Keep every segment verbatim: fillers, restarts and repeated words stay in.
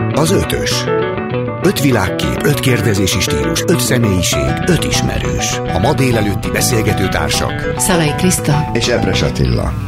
Az ötös. Öt világkép, öt kérdezési stílus, öt személyiség, öt ismerős. A ma délelőtti beszélgető társak Szalai Kriszta és Epres Attila.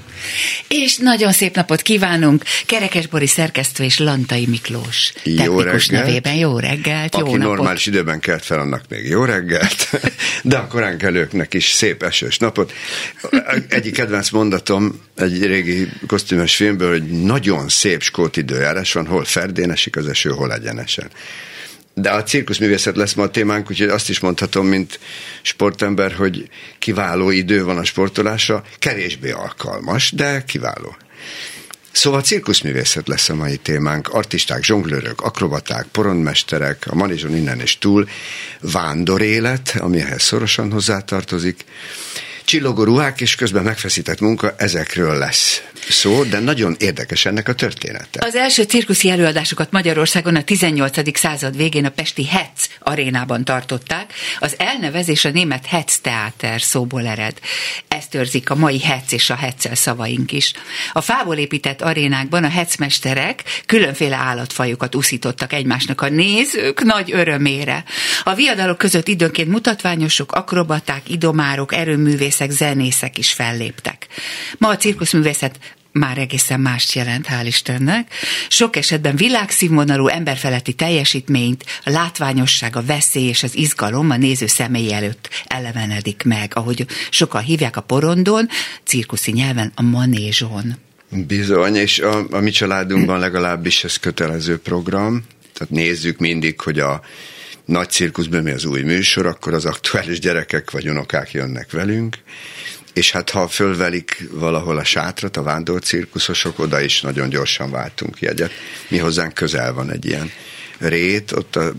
És nagyon szép napot kívánunk Kerekes Bori szerkesztő és Lantai Miklós Jó technikus reggelt. nevében. Jó reggelt, Aki jó napot. normális időben kelt fel, annak még jó reggelt, de a koránkelőknek is szép esős napot. Egyik kedvenc mondatom egy régi kosztümös filmből, hogy nagyon szép skót időjárás van, hol ferdén esik az eső, hol egyenesen. De a cirkuszművészet lesz ma a témánk, úgyhogy azt is mondhatom, mint sportember, hogy kiváló idő van a sportolásra, kevésbé alkalmas, de kiváló. Szóval a cirkuszművészet lesz a mai témánk, artisták, zsonglőrök, akrobaták, porondmesterek, a manizson innen és túl, vándorélet, ami ehhez szorosan hozzátartozik, csillogó ruhák és közben megfeszített munka, ezekről lesz szó, de nagyon érdekes ennek a története. Az első cirkuszi előadásokat Magyarországon a tizennyolcadik század végén a pesti Hetz arénában tartották. Az elnevezés a német Hetz Theater szóból ered. Ezt őrzik a mai Hetz és a Hetzel szavaink is. A fából épített arénákban a Hetzmesterek különféle állatfajokat uszítottak egymásnak a nézők nagy örömére. A viadalok között időnként mutatványosok, akrobaták, idomárok, erőművészek, zenészek is felléptek. Ma a cirkuszművészet már egészen mást jelent, hál' Istennek. Sok esetben világszínvonalú emberfeletti teljesítményt, a látványosság, a veszély és az izgalom a néző személy előtt elevenedik meg, ahogy sokan hívják a porondon, cirkuszi nyelven a manézson. Bizony, és a, a mi családunkban legalábbis ez kötelező program, tehát nézzük mindig, hogy a nagy cirkuszban mi az új műsor, akkor az aktuális gyerekek vagy unokák jönnek velünk, és hát ha fölvelik valahol a sátrat, a vándorcirkuszosok, oda is nagyon gyorsan váltunk jegyet. Mi hozzánk közel van egy ilyen rét, ott a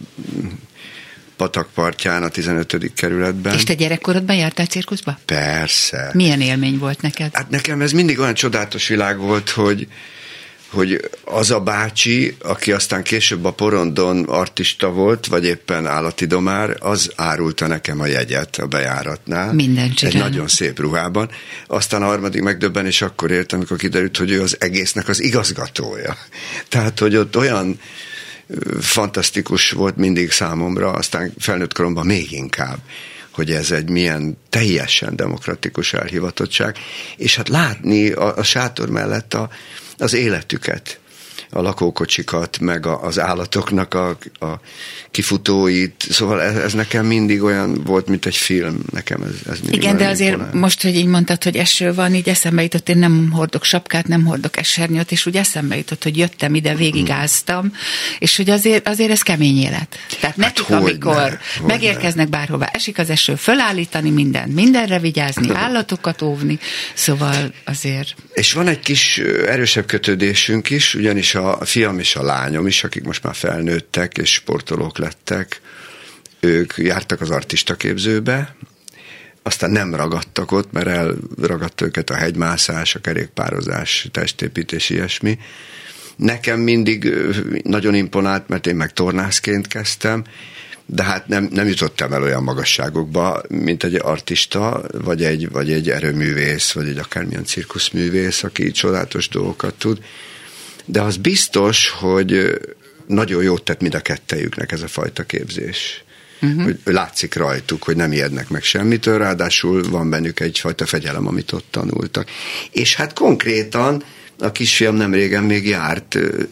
patakpartján, a tizenötödik kerületben. És te gyerekkorodban jártál cirkuszba? Persze. Milyen élmény volt neked? Hát nekem ez mindig olyan csodálatos világ volt, hogy hogy az a bácsi, aki aztán később a porondon artista volt, vagy éppen állatidomár, az árulta nekem a jegyet a bejáratnál. Minden egy nagyon szép ruhában. Aztán a harmadik megdöbbenés akkor ért, amikor kiderült, hogy ő az egésznek az igazgatója. Tehát, hogy ott olyan fantasztikus volt mindig számomra, aztán felnőtt koromban még inkább, hogy ez egy milyen teljesen demokratikus elhivatottság, és hát látni a, a sátor mellett a az életüket, a lakókocsikat, meg a, az állatoknak a, a kifutóit, szóval ez, ez nekem mindig olyan volt, mint egy film, nekem ez, ez mindig. Igen, de azért imponál. Most, hogy így mondtad, hogy eső van, így eszembe jutott, én nem hordok sapkát, nem hordok esernyőt, és úgy eszembe jutott, hogy jöttem ide, végigáztam, és hogy azért, azért ez kemény élet. Tehát nekik, hát amikor ne, megérkeznek bárhova, esik az eső, fölállítani mindent, mindenre vigyázni, állatokat óvni, szóval azért. És van egy kis erősebb kötődésünk is, ugyanis a fiam és a lányom is, akik most már felnőttek és sportolók lettek, ők jártak az artistaképzőbe, aztán nem ragadtak ott, mert elragadt őket a hegymászás, a kerékpározás, testépítés, ilyesmi. Nekem mindig nagyon imponált, mert én meg tornászként kezdtem, de hát nem, nem jutottam el olyan magasságokba, mint egy artista, vagy egy, vagy egy erőművész, vagy egy akármilyen cirkuszművész, aki csodálatos dolgokat tud. De az biztos, hogy nagyon jót tett mind a kettejüknek ez a fajta képzés. Uh-huh. Hogy látszik rajtuk, hogy nem ijednek meg semmitől, ráadásul van bennük egyfajta fegyelem, amit ott tanultak. És hát konkrétan a kisfiam nem régen még járt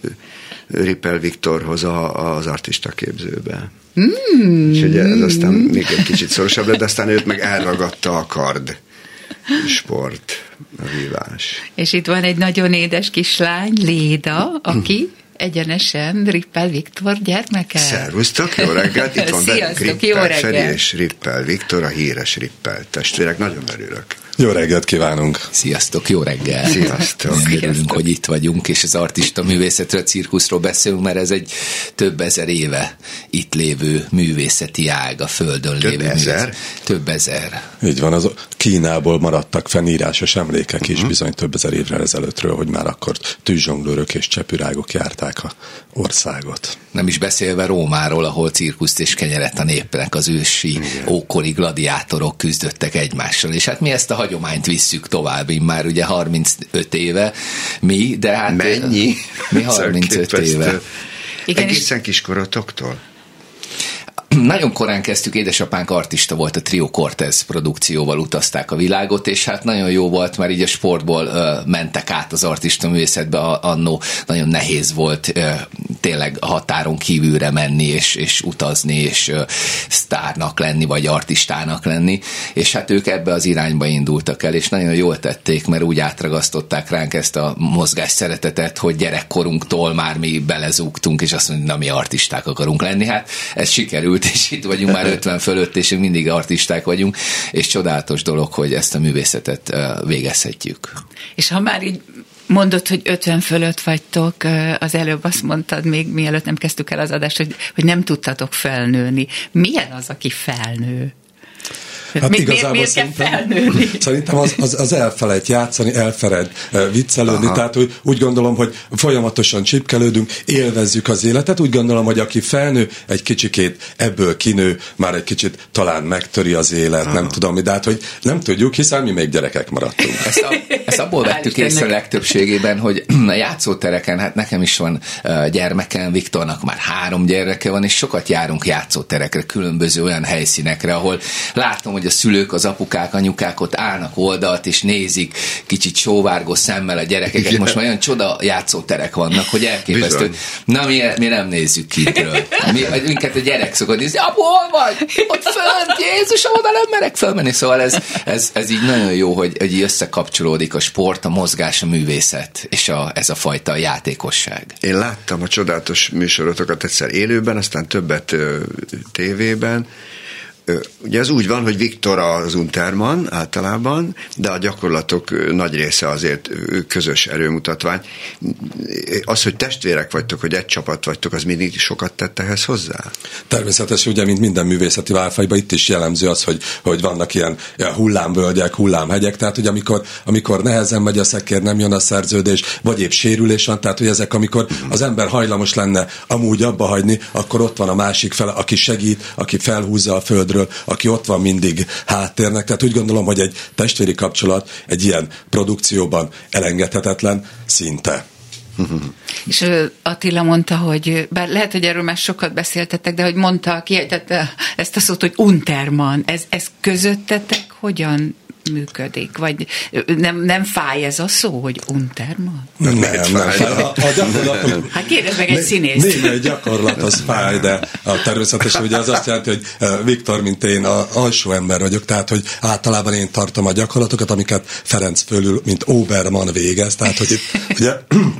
Rippel Viktorhoz a, az artista képzőbe. Mm. És ugye ez aztán még egy kicsit szorosabb lett, de aztán őt meg elragadta a kard sport, a vívás. És itt van egy nagyon édes kislány, Léda, aki egyenesen Rippel Viktor gyermeke. Szervusztok, jó reggelt! Itt van Sziasztok, velünk jó Rippel reggelt. Feri és Rippel Viktor, a híres Rippel testvérek. Nagyon örülök. Jó reggelt kívánunk! Sziasztok, jó reggel! Sziasztok! Nagyon örülünk, hogy itt vagyunk, és az artista művészetről, cirkuszról beszélünk, mert ez egy több ezer éve itt lévő művészeti ág, a földön több lévő ezer? művészet. Több ezer. Így van, az Kínából maradtak fenn írásos emlékek is uh-huh. bizony több ezer évvel ezelőttről, hogy már akkor tűzzsonglőrök és csepürágok járták a országot. Nem is beszélve Rómáról, ahol cirkuszt és kenyeret a népnek, az ősi igen. ókori gladiátorok küzdöttek egymással, és hát mi ezt a hagyományt visszük tovább, már ugye harmincöt éve mi, de hát... Mennyi? Mi harmincöt éve. Igen, egészen kiskoratoktól? Nagyon korán kezdtük, édesapánk artista volt, a Trio Cortez produkcióval utazták a világot, és hát nagyon jó volt, mert így a sportból uh, mentek át az artista művészetbe, annó nagyon nehéz volt uh, tényleg határon kívülre menni, és, és utazni, és uh, sztárnak lenni, vagy artistának lenni, és hát ők ebbe az irányba indultak el, és nagyon jól tették, mert úgy átragasztották ránk ezt a mozgás szeretetet, hogy gyerekkorunktól már mi belezúgtunk, és azt mondjuk, na mi artisták akarunk lenni, hát ez sikerült, és itt vagyunk már ötven fölött, és mindig artisták vagyunk, és csodálatos dolog, hogy ezt a művészetet végezhetjük. És ha már így mondod, hogy ötven fölött vagytok, az előbb azt mondtad, még mielőtt nem kezdtük el az adást, hogy, hogy nem tudtatok felnőni. Milyen az, aki felnő? Hát mi, igazából miért, miért kell felnőni? Szerintem az, az, az elfelejt játszani, elfelejt viccelődni, aha. Tehát hogy úgy gondolom, hogy folyamatosan csipkelődünk, élvezzük az életet, úgy gondolom, hogy aki felnő, egy kicsikét ebből kinő, már egy kicsit talán megtöri az élet, aha. Nem tudom mi, de hát, hogy nem tudjuk, hiszen mi még gyerekek maradtunk. Ezt, a, ezt abból vettük észre legtöbbségében, hogy a játszótereken, hát nekem is van uh, gyermekem, Viktornak már három gyereke van, és sokat járunk játszóterekre, különböző olyan helyszínekre, ahol látom, hogy a szülők, az apukák, anyukák ott állnak oldalt, és nézik kicsit sóvárgó szemmel a gyerekeket. Igen. Most már olyan csoda játszóterek vannak, hogy elképesztő. Na, mi, mi nem nézzük kintről. Mi, minket a gyerek szokott nézni, apu, hol vagy? Ott fönt, Jézusom, oda nem merek fölmenni. Szóval ez, ez, ez így nagyon jó, hogy, hogy összekapcsolódik a sport, a mozgás, a művészet, és a, ez a fajta játékosság. Én láttam a csodálatos műsorotokat egyszer élőben, aztán többet ö, tévében. Ugye ez úgy van, hogy Viktor az Unterman általában, de a gyakorlatok nagy része azért közös erőmutatvány. Az, hogy testvérek vagytok, hogy egy csapat vagytok, az mindig sokat tett ehhez hozzá? Természetesen, ugye, mint minden művészeti válfajban, itt is jellemző az, hogy, hogy vannak ilyen, ilyen hullámvölgyek, hullámhegyek, tehát hogy amikor, amikor nehezen megy a szekér, nem jön a szerződés, vagy épp sérülés van, tehát hogy ezek, amikor az ember hajlamos lenne amúgy abba hagyni, akkor ott van a másik fele, aki segít, aki felhúzza a földről, aki ott van mindig háttérnek. Tehát úgy gondolom, hogy egy testvéri kapcsolat egy ilyen produkcióban elengedhetetlen szinte. És Attila mondta, hogy bár lehet, hogy erről már sokat beszéltetek, de hogy mondta, kiejtette ezt a szót, hogy Unterman. Ez, ez közöttetek hogyan működik? Vagy nem, nem fáj ez a szó, hogy Unterman? Nem, nem, nem. A, a gyakorlatok... Hát kérdezd meg egy színészt. Némely gyakorlat az fáj, de a természetesen ugye az azt jelenti, hogy Viktor, mint én, a alsó ember vagyok, tehát, hogy általában én tartom a gyakorlatokat, amiket Ferenc fölül, mint Oberman végez, tehát, hogy itt ugye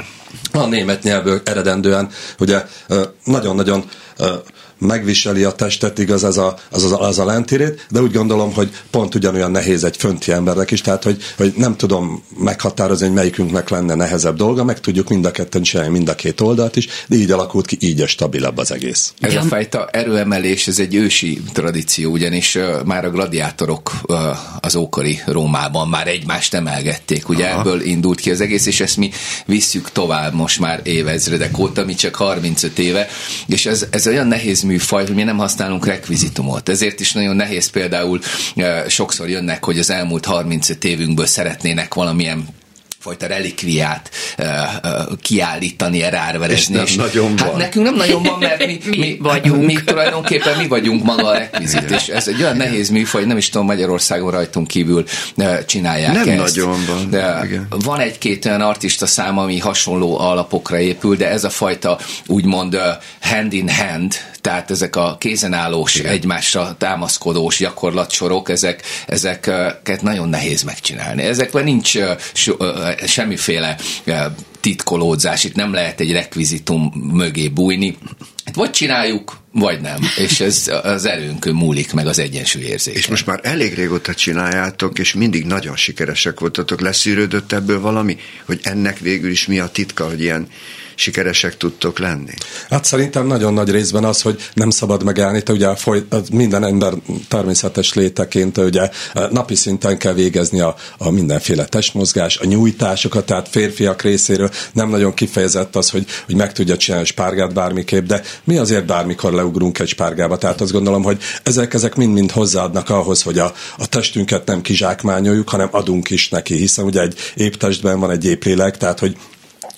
a német nyelvből eredendően ugye nagyon-nagyon megviseli a testet, igaz, ez a, az, az, az a lentírét, de úgy gondolom, hogy pont ugyanolyan nehéz egy fönti embernek is, tehát, hogy, hogy nem tudom meghatározni, hogy melyikünknek lenne nehezebb dolga, meg tudjuk mind a ketten csinálni mind a két oldalt is, de így alakult ki, így a stabilabb az egész. Ez a fajta erőemelés, ez egy ősi tradíció, ugyanis uh, már a gladiátorok uh, az ókori Rómában már egymást emelgették, ugye aha. Ebből indult ki az egész, és ezt mi visszük tovább most már évezredek óta, mi csak harmincöt éve, és ez, ez olyan nehéz műfaj, hogy mi nem használunk rekvizitumot. Ezért is nagyon nehéz például uh, sokszor jönnek, hogy az elmúlt harmincöt évünkből szeretnének valamilyen fajta relikviát uh, uh, kiállítani, rárverezni. És nem nagyon van. Hát nekünk nem nagyon van, mert mi, mi, mi vagyunk. Mi tulajdonképpen mi vagyunk maga a rekvizit, és ez egy olyan nehéz műfaj, nem is tudom, Magyarországon rajtunk kívül uh, csinálják nem ezt. Nem nagyon van. De van egy-két olyan artista szám, ami hasonló alapokra épül, de ez a fajta úgymond uh, hand in hand, tehát ezek a kézenállós, igen. Egymásra támaszkodós gyakorlatsorok, ezek, ezeket nagyon nehéz megcsinálni. Ezekben nincs uh, so, uh, semmiféle uh, titkolódzás, itt nem lehet egy rekvizitum mögé bújni. Vagy csináljuk, vagy nem. És ez az erőnkön múlik, meg az egyensúlyérzéken. És most már elég régóta csináljátok, és mindig nagyon sikeresek voltatok. Leszűrődött ebből valami, hogy ennek végül is mi a titka, hogy ilyen sikeresek tudtok lenni? Hát szerintem nagyon nagy részben az, hogy nem szabad megállni, te ugye minden ember természetes léteként ugye napi szinten kell végezni a, a mindenféle testmozgás, a nyújtásokat, tehát férfiak részéről nem nagyon kifejezett az, hogy, hogy meg tudja csinálni a spárgát bármiképp, de mi azért bármikor leugrunk egy spárgába, tehát azt gondolom, hogy ezek, ezek mind-mind hozzáadnak ahhoz, hogy a, a testünket nem kizsákmányoljuk, hanem adunk is neki, hiszen ugye egy épp testben van egy épp lélek, tehát hogy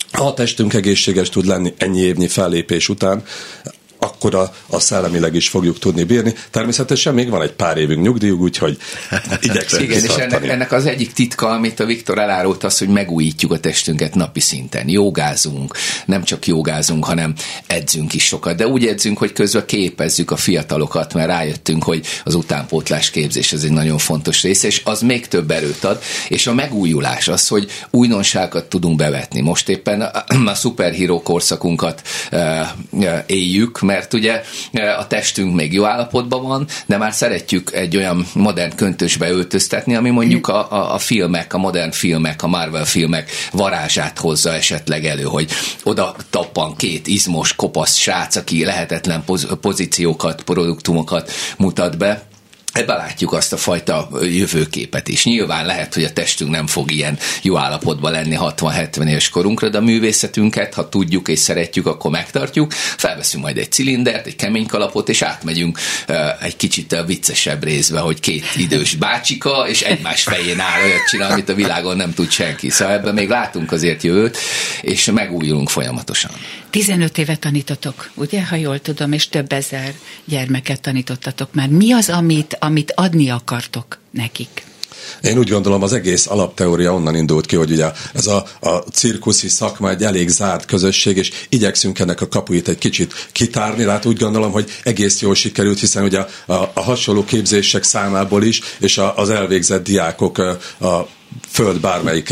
Ha a testünk egészséges tud lenni ennyi évnyi fellépés után, akkor a, a szellemileg is fogjuk tudni bírni. Természetesen még van egy pár évünk nyugdíjug, úgyhogy igyekszünk. Igen, és ennek, ennek az egyik titka, amit a Viktor elárult, az, hogy megújítjuk a testünket napi szinten. Jogázunk, nem csak jogázunk, hanem edzünk is sokat, de úgy edzünk, hogy közben képezzük a fiatalokat, mert rájöttünk, hogy az utánpótlás képzés ez egy nagyon fontos része, és az még több erőt ad, és a megújulás az, hogy újdonságokat tudunk bevetni. Most éppen a, a szuperhíró korszakunkat e, e, éljük, mert ugye a testünk még jó állapotban van, de már szeretjük egy olyan modern köntösbe öltöztetni, ami mondjuk a, a, a filmek, a modern filmek, a Marvel filmek varázsát hozza esetleg elő, hogy oda tappan két izmos, kopasz srác, aki lehetetlen poz- pozíciókat, produktumokat mutat be. Ebben látjuk azt a fajta jövőképet is. Nyilván lehet, hogy a testünk nem fog ilyen jó állapotban lenni hatvan-hetven éves korunkra, de a művészetünket, ha tudjuk és szeretjük, akkor megtartjuk. Felveszünk majd egy cilindert, egy kemény kalapot, és átmegyünk uh, egy kicsit a viccesebb részbe, hogy két idős bácsika, és egymás fején áll olyat csinál, amit a világon nem tud senki. Szóval ebben még látunk azért jövőt, és megújulunk folyamatosan. tizenöt éve tanítotok, ugye, ha jól tudom, és több ezer gyermeket tanítottatok már. Mi az, amit, amit adni akartok nekik? Én úgy gondolom, az egész alapteória onnan indult ki, hogy ugye ez a, a cirkuszi szakma egy elég zárt közösség, és igyekszünk ennek a kapuit egy kicsit kitárni, hát úgy gondolom, hogy egész jól sikerült, hiszen ugye a, a, a hasonló képzések számából is, és a, az elvégzett diákok a, a föld bármelyik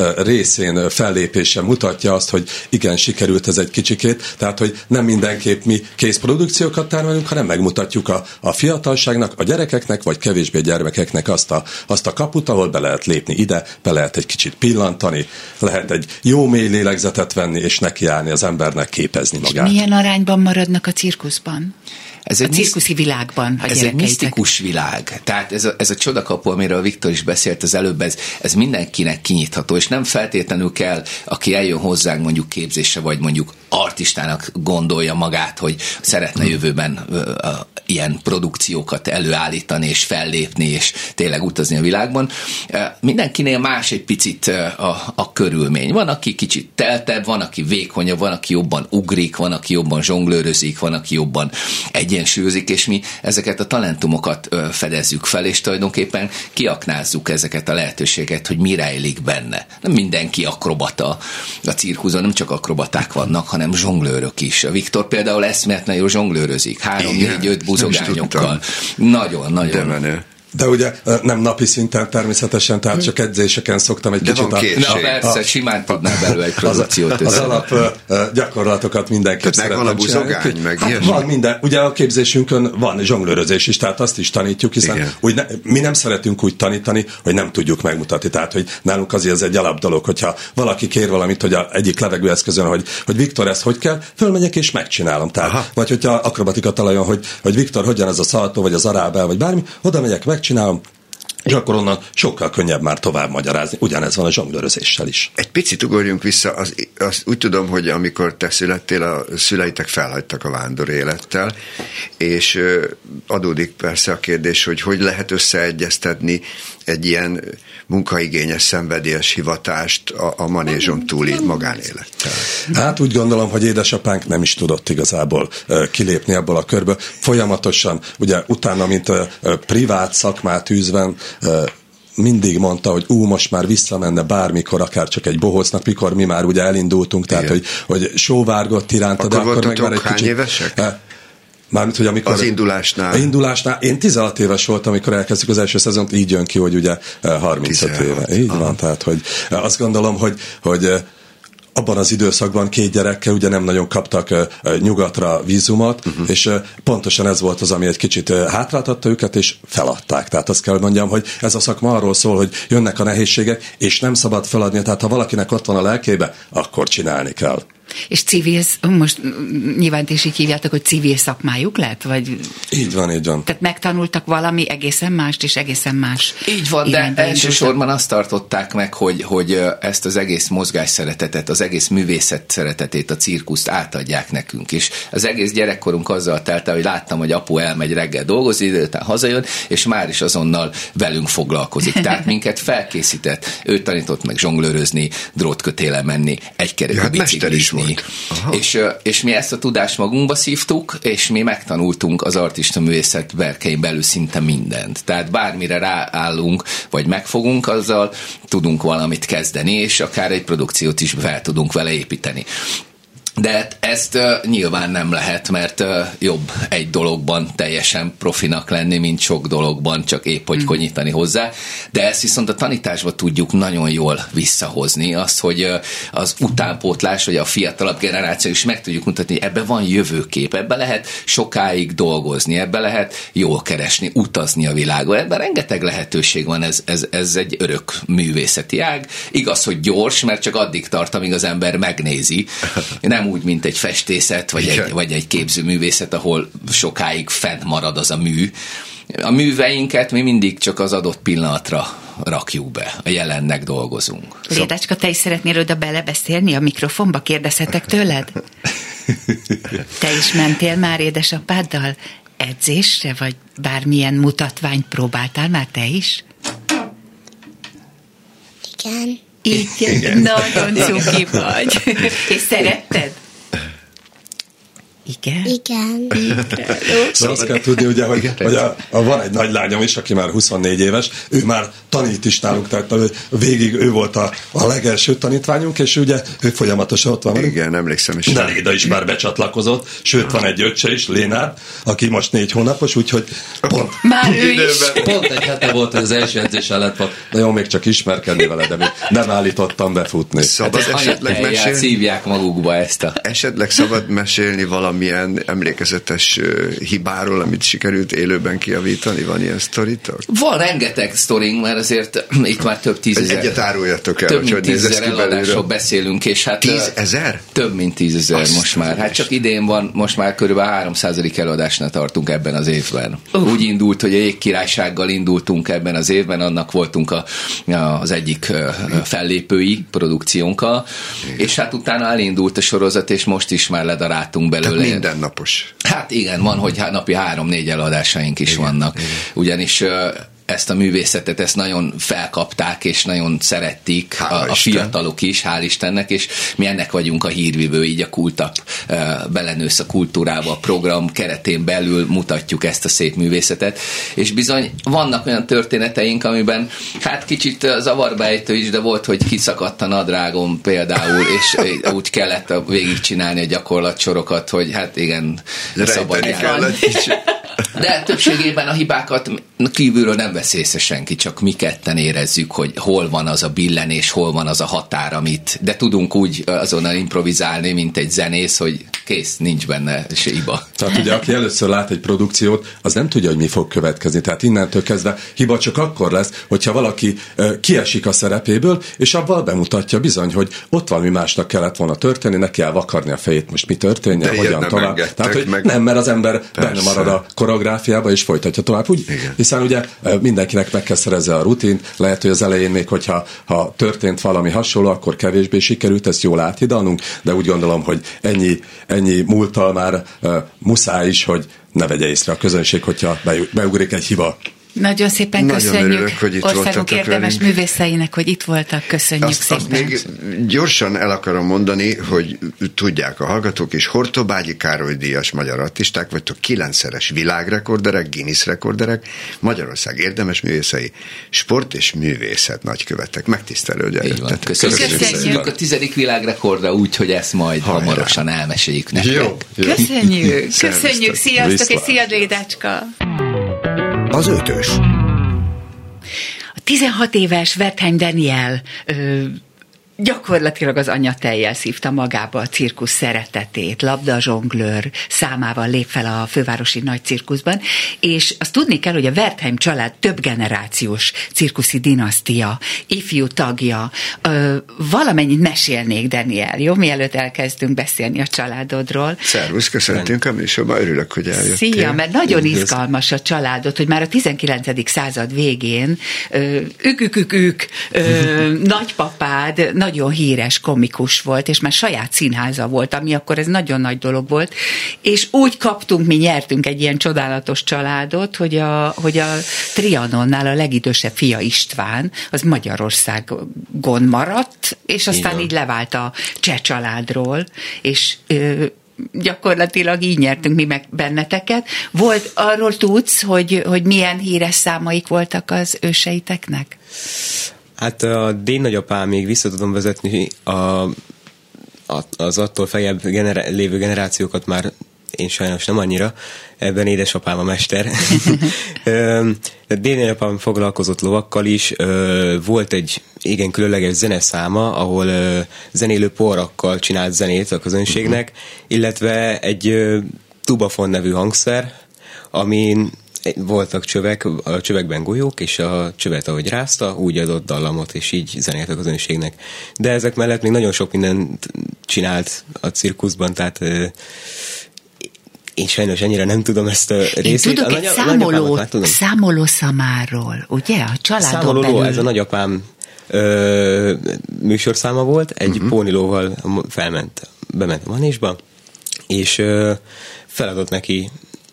részén fellépése mutatja azt, hogy igen, sikerült ez egy kicsikét, tehát, hogy nem mindenképp mi készprodukciókat termelünk, hanem megmutatjuk a, a fiatalságnak, a gyerekeknek, vagy kevésbé gyermekeknek azt a, azt a kaput, ahol be lehet lépni ide, be lehet egy kicsit pillantani, lehet egy jó mély lélegzetet venni, és nekiállni az embernek képezni magát. És milyen arányban maradnak a cirkuszban? Ez a egy cirkuszi világban a Ez egy misztikus világ. Tehát ez a, ez a csodakapu, amiről Viktor is beszélt az előbb, ez, ez mindenkinek kinyitható, és nem feltétlenül kell, aki eljön hozzánk mondjuk képzésre, vagy mondjuk artistának gondolja magát, hogy szeretne jövőben ö, ö, ilyen produkciókat előállítani, és fellépni, és tényleg utazni a világban. Mindenkinél más egy picit a, a körülmény. Van, aki kicsit teltebb, van, aki vékonyabb, van, aki jobban ugrik, van, aki jobban zsonglőrözik, van, aki jobban egyensúlyozik, és mi ezeket a talentumokat ö, fedezzük fel, és tulajdonképpen kiaknázzuk ezeket a lehetőséget, hogy mi rejlik benne. Nem mindenki akrobata a cirkuszon, nem csak akrobaták vannak, hanem zsonglőrök is. A Viktor például eszméletlen jól zsonglőrözik, három, négy, öt buzogányokkal. Nagyon, nagyon. De ugye nem napi szinten természetesen, tehát csak edzéseken szoktam egy de kicsit... Van a, Na persze, a, simán tudnál belőle egy produkciót az, az alap gyakorlatokat mindenképp szeretem csinálni. Megvan a buzogány, meg hát ilyesmi? Van minden. Ugye a képzésünkön van zsonglőrözés is, tehát azt is tanítjuk, hiszen úgy ne, mi nem szeretünk úgy tanítani, hogy nem tudjuk megmutatni. Tehát, hogy nálunk azért ez egy alap dolog, hogyha valaki kér valamit, hogy a egyik levegőeszközön, hogy, hogy Viktor, ezt hogy kell, fölmegyek és megcsinálom. Tehát, vagy hogyha akrobatika talajon, hogy, hogy Viktor, hogyan ez a szaltó, vagy az arábel, vagy bármi, oda megyek, megcsinálom, és akkor onnan sokkal könnyebb már tovább magyarázni. Ugyanez van a zsonglőrözéssel is. Egy picit ugorjunk vissza, az, az, úgy tudom, hogy amikor te születtél, a szüleitek felhagytak a vándor élettel, és adódik persze a kérdés, hogy hogy lehet összeegyeztetni egy ilyen munkaigényes, szenvedélyes hivatást a, a manézson túli magánélettel. Hát úgy gondolom, hogy édesapánk nem is tudott igazából uh, kilépni ebből a körből. Folyamatosan, ugye utána, mint uh, uh, privát szakmát űzven, uh, mindig mondta, hogy ú, most már visszamenne bármikor, akár csak egy bohócnak, mikor mi már ugye elindultunk, tehát hogy, hogy sóvárgott iránta, akkor de akkor meg már egy hány kicsit... évesek? Uh, Mármint, hogy amikor... Az indulásnál. A indulásnál. Én tizenhat éves voltam, amikor elkezdtük az első szezont, így jön ki, hogy ugye harmincöt tizenhat éve. Így Aha. van, tehát, hogy azt gondolom, hogy, hogy abban az időszakban két gyerekkel ugye nem nagyon kaptak uh, nyugatra vízumot, uh-huh. és uh, pontosan ez volt az, ami egy kicsit uh, hátráltatta őket, és feladták. Tehát azt kell mondjam, hogy ez a szakma arról szól, hogy jönnek a nehézségek, és nem szabad feladni, tehát ha valakinek ott van a lelkébe, akkor csinálni kell. És civil, most nyilván is így hívjátok, hogy civil szakmájuk lett? Vagy... Így van, így van. Tehát megtanultak valami egészen mást, és egészen más. Így van, de elsősorban azt tartották meg, hogy, hogy ezt az egész mozgás szeretetet, az egész művészet szeretetét, a cirkuszt átadják nekünk. És az egész gyerekkorunk azzal telt el, hogy láttam, hogy apu elmegy reggel dolgozni, délután hazajön, és már is azonnal velünk foglalkozik. Tehát minket felkészített. Ő tanított meg zsonglőrözni, drótkötélen menni, egykerekű ja, biciklizni. És, és mi ezt a tudást magunkba szívtuk, és mi megtanultunk az artista művészet berkein belül szinte mindent. Tehát bármire ráállunk, vagy megfogunk, azzal tudunk valamit kezdeni, és akár egy produkciót is fel tudunk vele építeni. De ezt uh, nyilván nem lehet, mert uh, jobb egy dologban teljesen profinak lenni, mint sok dologban, csak épp hogy konyítani hozzá. De ezt viszont a tanításban tudjuk nagyon jól visszahozni, azt, hogy uh, az utánpótlás, vagy a fiatalabb generáció is meg tudjuk mutatni, hogy ebben van jövőkép, ebben lehet sokáig dolgozni, ebben lehet jól keresni, utazni a világon, ebben rengeteg lehetőség van, ez, ez, ez egy örök művészeti ág. Igaz, hogy gyors, mert csak addig tart, amíg az ember megnézi. Nem úgy, mint egy festészet, vagy egy, vagy egy képzőművészet, ahol sokáig fent marad az a mű. A műveinket mi mindig csak az adott pillanatra rakjuk be, a jelennek dolgozunk. Lédácska, te is szeretnél oda belebeszélni a mikrofonba? Kérdezhetek tőled? Te is mentél már édesapáddal edzésre, vagy bármilyen mutatványt próbáltál már te is? Igen. Igen, nagyon cuki vagy. És szeretted? Igen? Igen. Igen. Szóval azt kell tudni, ugye, hogy, hogy a, a, van egy nagy lányom is, aki már huszonnégy éves, ő már tanít is nálunk, tehát végig ő volt a, a legelső tanítványunk, és ugye ő folyamatosan ott van. Igen, emlékszem is. De Léda is már becsatlakozott, sőt van egy öccse is, Lénárd, aki most négy hónapos, úgyhogy pont, már ő is. Pont egy hete volt, hogy az első edzésen lett volt. Na jó, még csak ismerkedni vele, de még nem állítottam befutni. Szabad hát esetleg mesélni? Szívják magukba ezt a... Esetleg szabad mesélni valamilyen emlékezetes uh, hibáról, amit sikerült élőben kijavítani? Van ilyen sztoritok? Van rengeteg sztorink, mert azért itt már több tízezer... Egyet áruljatok el, több hogy mint hogy néz ez tízezer ki belőle. eladásról beszélünk, és hát... Tízezer? Több mint tízezer Azt most már. Hát csak idén van, most már körülbelül háromszázadik eladásnál tartunk ebben az évben. Uh. Úgy indult, hogy a Jégkirálysággal indultunk ebben az évben, annak voltunk a, a, az egyik fellépői produkciónkkal, igen. És hát utána elindult a sorozat, és most is már ledaráltunk belőle. Tehát mindennapos. Hát igen, van, hogy napi három-négy eladásaink is igen, vannak. Igen. Ugyanis ezt a művészetet, ezt nagyon felkapták, és nagyon szerették a, a fiatalok is, hál' Istennek, és mi ennek vagyunk a hírvivő, így a Kultap belenősz a kultúrába, a program keretén belül mutatjuk ezt a szép művészetet, és bizony vannak olyan történeteink, amiben hát kicsit zavarba ejtő is, de volt, hogy kiszakadt a nadrágom például, és úgy kellett végigcsinálni a gyakorlatsorokat, hogy hát igen, szabadjára. De többségében a hibákat kívülről nem vesz észre senki, csak mi ketten érezzük, hogy hol van az a billenés, hol van az a határ, amit, de tudunk úgy azonnal improvizálni, mint egy zenész, hogy kész, nincs benne se hiba. Tehát ugye, aki először lát egy produkciót, az nem tudja, hogy mi fog következni. Tehát innentől kezdve hiba csak akkor lesz, hogyha valaki uh, kiesik a szerepéből, és abban bemutatja bizony, hogy ott valami másnak kellett volna történni, neki kell vakarni a fejét, most mi történjen, de hogyan tovább. Tehát, hogy meg... nem, mert az ember persze benne marad a koreográfiába, és folytatja tovább. Úgy, hiszen ugye mindenkinek meg kell szerezze a rutint, lehet, hogy az elején még, hogyha ha történt valami hasonló, akkor kevésbé sikerült, ezt jól áthidalnunk, de úgy gondolom, hogy ennyi, ennyi múlttal már uh, muszáj is, hogy ne vegye észre a közönség, hogyha beugrik egy hiba. Nagyon szépen Nagyon köszönjük örülök, hogy itt országunk érdemes velünk. művészeinek, hogy itt voltak. Köszönjük azt, szépen. Azt még gyorsan el akarom mondani, hogy tudják a hallgatók is, Hortobágyi Károly díjas magyar artisták vagytok, kilencszeres világrekorderek, Guinness rekorderek, Magyarország érdemes művészei, sport és művészet nagykövetek. Megtisztelő, hogy eljöttetek. Köszönjük. Köszönjük. Köszönjük a tizedik világrekordra úgy, hogy ezt majd Hajrá. hamarosan elmeséljük nektek. Jó, jó. Köszönjük. Köszönjük. Sziasztok, és szia, Lédácska. Az ötös. A tizenhat éves Wertheim Daniel ö, Gyakorlatilag az anya tejjel szívta magába a cirkusz szeretetét, labdazsonglőr számával lép fel a fővárosi nagy cirkuszban, és azt tudni kell, hogy a Wertheim család több generációs cirkuszi dinasztia, ifjú tagja. Ö, valamennyit mesélnék, Daniel, jó? Mielőtt elkezdünk beszélni a családodról. Szervusz, köszöntünk a műsorban, örülök, hogy eljöttél. Szia, mert nagyon izgalmas a családod, hogy már a tizenkilencedik század végén ők-ők-ők nagypapád nagyon híres komikus volt, és már saját színháza volt, ami akkor ez nagyon nagy dolog volt, és úgy kaptunk, mi nyertünk egy ilyen csodálatos családot, hogy a, hogy a Trianonnál a legidősebb fia István, az Magyarországon maradt, és aztán igen, így levált a cseh családról, és ö, gyakorlatilag így nyertünk mi meg benneteket. Volt, arról tudsz, hogy, hogy milyen híres számaik voltak az őseiteknek? Hát a déd nagyapám még vissza tudom vezetni a, a, az attól feljebb genera- lévő generációkat már én sajnos nem annyira, ebben édesapám a mester. Déd nagyapám foglalkozott lovakkal is, volt egy igen különleges zeneszáma, ahol zenélő porrakkal csinált zenét a közönségnek, illetve egy tubafon nevű hangszer, amin voltak csövek, a csövekben golyók, és a csövet, ahogy rázta, úgy adott dallamot, és így zenélt a közönségnek. De ezek mellett még nagyon sok mindent csinált a cirkuszban, tehát én sajnos ennyire nem tudom ezt a részét. Én tudok a egy nagy, számoló, számoló szamáról, ugye? A családon számoló belül. Ló, ez a nagyapám ö, műsorszáma volt, egy uh-huh. pónilóval felment, bement a manésba, és ö, feladott neki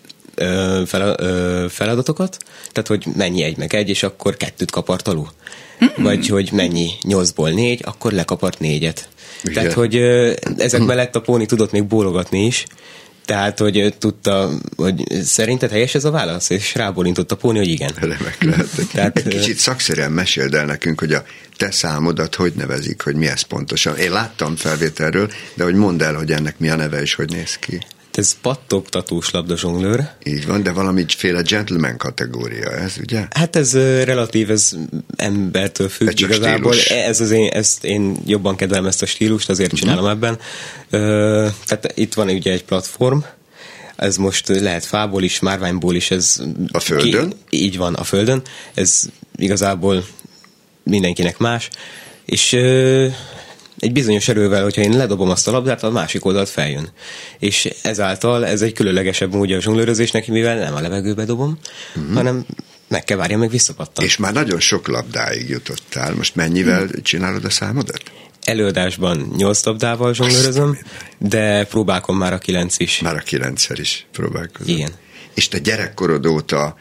ö, fel, ö, feladatokat, tehát hogy mennyi egy meg egy, és akkor kettőt kapart alul. Uh-huh. Vagy hogy mennyi nyolcból négy, akkor lekapart négyet. Igen. Tehát, hogy ö, ezek mellett a póni tudott még bólogatni is, tehát, hogy tudta, hogy szerinted helyes ez a válasz? És rábólintott a póni, hogy igen. Remek lehet. Tehát, egy kicsit szakszerűen meséld el nekünk, hogy a te számodat hogy nevezik, hogy mi ez pontosan. Én láttam felvételről, de hogy mondd el, hogy ennek mi a neve és hogy néz ki. Ez pattogtatós labdazsonglőr. Így van, de valamiféle gentleman kategória ez, ugye? Hát ez relatív, ez embertől függ ez igazából. Ez az én, ezt én jobban kedvelem ezt a stílust, azért uh-huh. csinálom ebben. Ö, tehát itt van ugye egy platform, ez most lehet fából is, márványból is. Ez a földön? Ki, így van, a földön. Ez igazából mindenkinek más. És ö, egy bizonyos erővel, hogyha én ledobom azt a labdát, a másik oldalt feljön. És ezáltal ez egy különlegesebb módja a zsonglőrözésnek, mivel nem a levegőbe dobom, uh-huh. hanem meg kell várjam, meg visszapattan. És már nagyon sok labdáig jutottál. Most mennyivel uh-huh. csinálod a számodat? Előadásban nyolc labdával zsonglőrözöm, de próbálkom már a kilenc is. Már a kilencszer is próbálkozom. Igen. És te gyerekkorod óta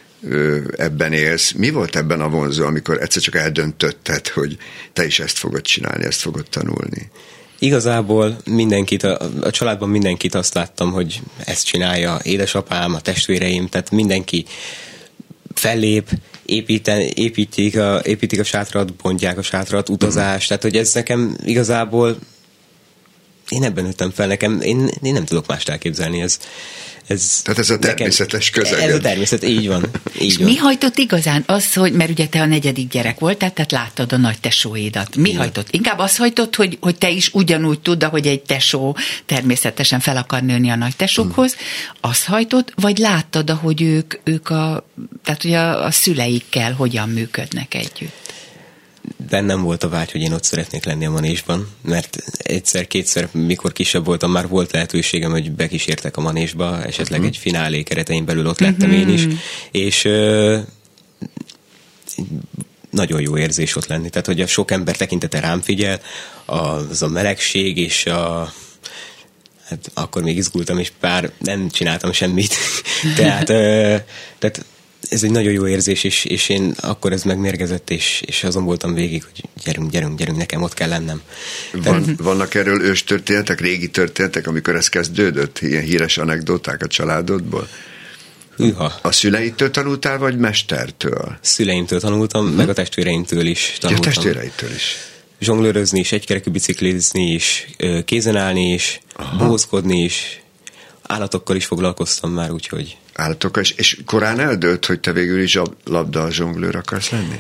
ebben élsz. Mi volt ebben a vonzó, amikor egyszer csak eldöntötted, hogy te is ezt fogod csinálni, ezt fogod tanulni? Igazából mindenkit, a, a családban mindenkit azt láttam, hogy ezt csinálja, édesapám, a testvéreim, tehát mindenki fellép, építen, építik, a, építik a sátrat, bontják a sátrat, utazás, mm. tehát hogy ez nekem igazából én ebben nőttem fel, nekem, én, én nem tudok mást elképzelni, ez Ez Tehát ez a természetes közeg. Ez a természet, így van. Így és van. mi hajtott igazán az, hogy, mert ugye te a negyedik gyerek voltál, tehát láttad a nagy tesóidat. Mi Igen. hajtott? Inkább az hajtott, hogy, hogy te is ugyanúgy tudd, hogy egy tesó természetesen fel akar nőni a nagy tesókhoz. Hmm. Az hajtott, vagy láttad, hogy ők, ők a, tehát, hogy a, a szüleikkel hogyan működnek együtt? Bennem volt a vágy, hogy én ott szeretnék lenni a manésban, mert egyszer-kétszer, mikor kisebb voltam, már volt lehetőségem, hogy bekísértek a manésba, esetleg uh-huh. egy finálé keretein belül ott lettem uh-huh. én is, és ö, nagyon jó érzés ott lenni, tehát hogy a sok ember tekintete rám figyel, az a melegség, és a hát akkor még izgultam, és pár nem csináltam semmit, tehát, ö, tehát ez egy nagyon jó érzés, és, és én akkor ez megmérgezett, és, és azon voltam végig, hogy gyerünk, gyerünk, gyerünk, nekem ott kell lennem. Van, Tehát... Vannak erről őstörténetek, régi történetek, amikor ez kezdődött, ilyen híres anekdoták a családodból? Hűha. A szüleitől tanultál, vagy mestertől? Szüleimtől tanultam, hmm. meg a testvéreimtől is tanultam. Ja, testvéreitől is. Zsonglőrözni is, egykerekű biciklizni is, kézen állni is, bohózkodni is, állatokkal is foglalkoztam már, úgyhogy... Állatokkal, és, és korán eldőlt, hogy te végül is labda zsonglőr akarsz lenni?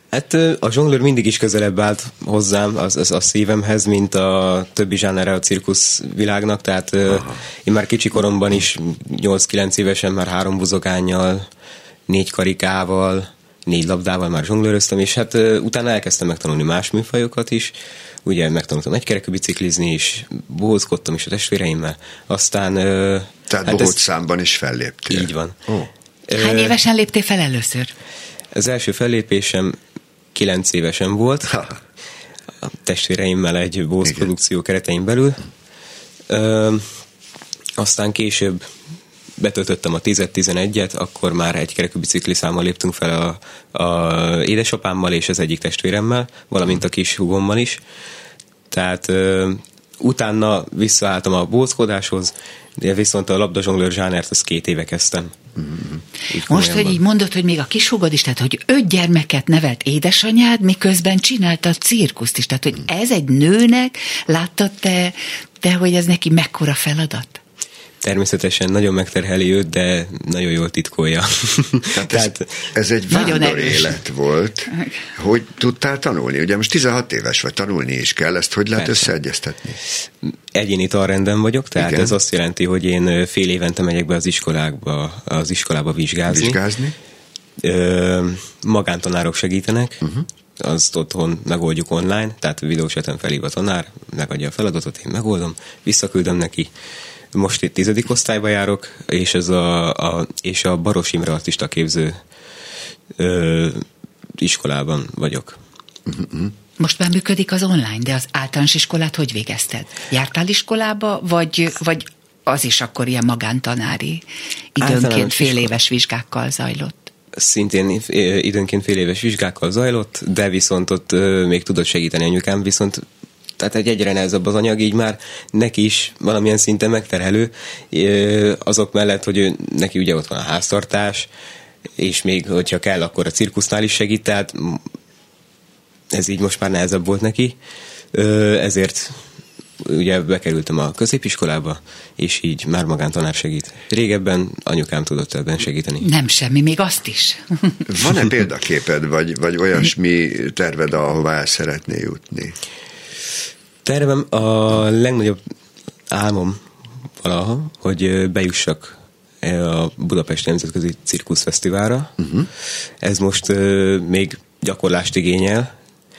Hát a zsonglőr mindig is közelebb állt hozzám, az, az a szívemhez, mint a többi zsánere a cirkusz világnak, tehát Aha. én már kicsi koromban is, nyolc-kilenc évesen már három buzogánnyal, négy karikával, négy labdával már zsonglőröztem, és hát utána elkezdtem megtanulni más műfajokat is, ugye megtanultam egykerekű biciklizni is, bohózkodtam is a testvéreimmel, aztán... Tehát hát bohóc is felléptél. Így van. Oh. Hány évesen léptél fel először? Az első fellépésem kilenc évesen volt, ha. a testvéreimmel egy bohóc produkció keretein belül. Ö, aztán később betöltöttem a tízet-tizenegyet, akkor már egy kerekű bicikliszámmal léptünk fel a, a édesapámmal és az egyik testvéremmel, valamint a kis húgommal is. Tehát ö, utána visszaálltam a bohóckodáshoz, de viszont a labdazsonglőr zsánert azt két éve kezdtem. Mm-hmm. Most, hogy így mondod, hogy még a kishúgod is, tehát hogy öt gyermeket nevelt édesanyád, miközben csinálta a cirkuszt is, tehát hogy ez egy nőnek, láttad te, te, hogy ez neki mekkora feladat? Természetesen nagyon megterheli őt, de nagyon jól titkolja. Tehát Tehát ez, ez egy vándor élet volt. Hogy tudtál tanulni? Ugye most tizenhat éves vagy, tanulni is kell, ezt hogy lehet Persze. összeegyeztetni? Egyéni tanrenden vagyok, tehát Igen. ez azt jelenti, hogy én fél évente megyek be az iskolába, az iskolába vizsgázni. Vizsgázni? Ö, magántanárok segítenek, uh-huh. azt otthon megoldjuk online, tehát videóseten felhív a tanár, megadja a feladatot, én megoldom, visszaküldöm neki. Most itt tizedik osztályba járok, és, ez a, a, és a Baros Imre artista képző ö, iskolában vagyok. Uh-huh. Most már működik az online, de az általános iskolát hogy végezted? Jártál iskolába, vagy, vagy az is akkor ilyen magántanári, időnként fél éves vizsgákkal zajlott? Szintén időnként fél éves vizsgákkal zajlott, de viszont ott még tudott segíteni anyukám, viszont tehát egy egyre nehezebb az anyag, így már neki is valamilyen szinten megterhelő, azok mellett, hogy ő, neki ugye ott van a háztartás, és még, hogyha kell, akkor a cirkusznál is segít, tehát ez így most már nehezebb volt neki, ezért ugye bekerültem a középiskolába, és így már magántanár segít. Régebben anyukám tudott ebben segíteni. Nem semmi, még azt is. Van-e példaképed, vagy, vagy olyasmi terved, ahová el szeretnél jutni? Tervem, a legnagyobb álmom valaha, hogy bejussak a Budapesti Nemzetközi Cirkuszfesztiválra. Uh-huh. Ez most uh, még gyakorlást igényel.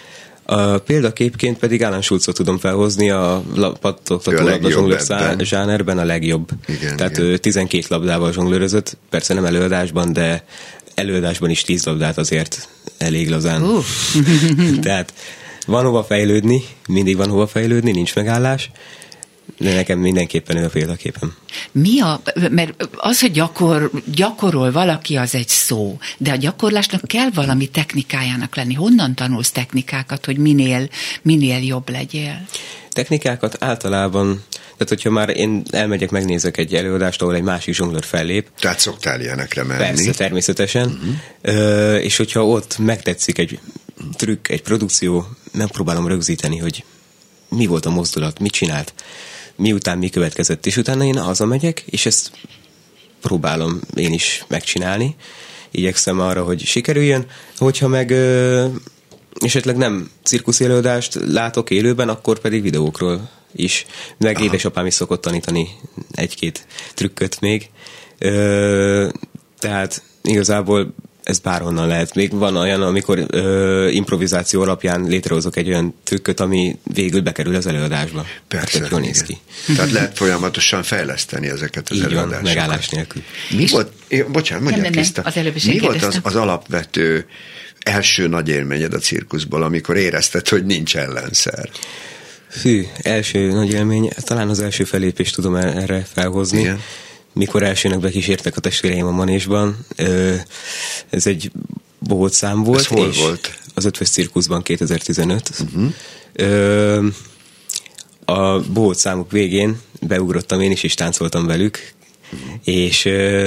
A példaképként pedig Alan Schulzot tudom felhozni a pattogtató labdazsonglőr zsánerben a legjobb. Igen, Tehát igen. tizenkét labdával zsonglőrözött, persze nem előadásban, de előadásban is tíz labdát azért elég lazán. Uh. Tehát van hova fejlődni, mindig van hova fejlődni, nincs megállás, de nekem mindenképpen ő a példaképem. Mi a, mert az, hogy gyakor, gyakorol valaki, az egy szó, de a gyakorlásnak kell valami technikájának lenni. Honnan tanulsz technikákat, hogy minél, minél jobb legyél? Technikákat általában, tehát hogyha már én elmegyek, megnézek egy előadást, ahol egy másik zsonglőr fellép. Tehát szoktál ilyenekre menni? Persze, természetesen. Uh-huh. Ö, és hogyha ott megtetszik egy trükk, egy produkció, megpróbálom rögzíteni, hogy mi volt a mozdulat, mit csinált, miután mi következett, és utána én hazamegyek, és ezt próbálom én is megcsinálni. Igyekszem arra, hogy sikerüljön. Hogyha meg ö, esetleg nem cirkuszi előadást látok élőben, akkor pedig videókról is. Meg Aha. édesapám is szokott tanítani egy-két trükköt még. Ö, tehát igazából ez bárhonnan lehet. Még van olyan, amikor ö, improvizáció alapján létrehozok egy olyan trükköt, ami végül bekerül az előadásba. Persze. Tehát jól néz ki. Tehát lehet folyamatosan fejleszteni ezeket az Így előadásokat. Van, megállás nélkül. Mi volt, é, bocsánat, mondjad, Kriszta, mi volt az, az alapvető első nagy élményed a cirkuszból, amikor érezted, hogy nincs ellenszer? Hű, első nagy élmény, talán az első fellépést tudom erre felhozni. Igen. Mikor elsőnek bekísértek a testvéreim a manésban. Ez egy bohóc szám volt. Ez hol és volt? Az Ötvös Cirkuszban kétezer-tizenöt. Uh-huh. A bohóc számok végén beugrottam én is, és táncoltam velük. Uh-huh. És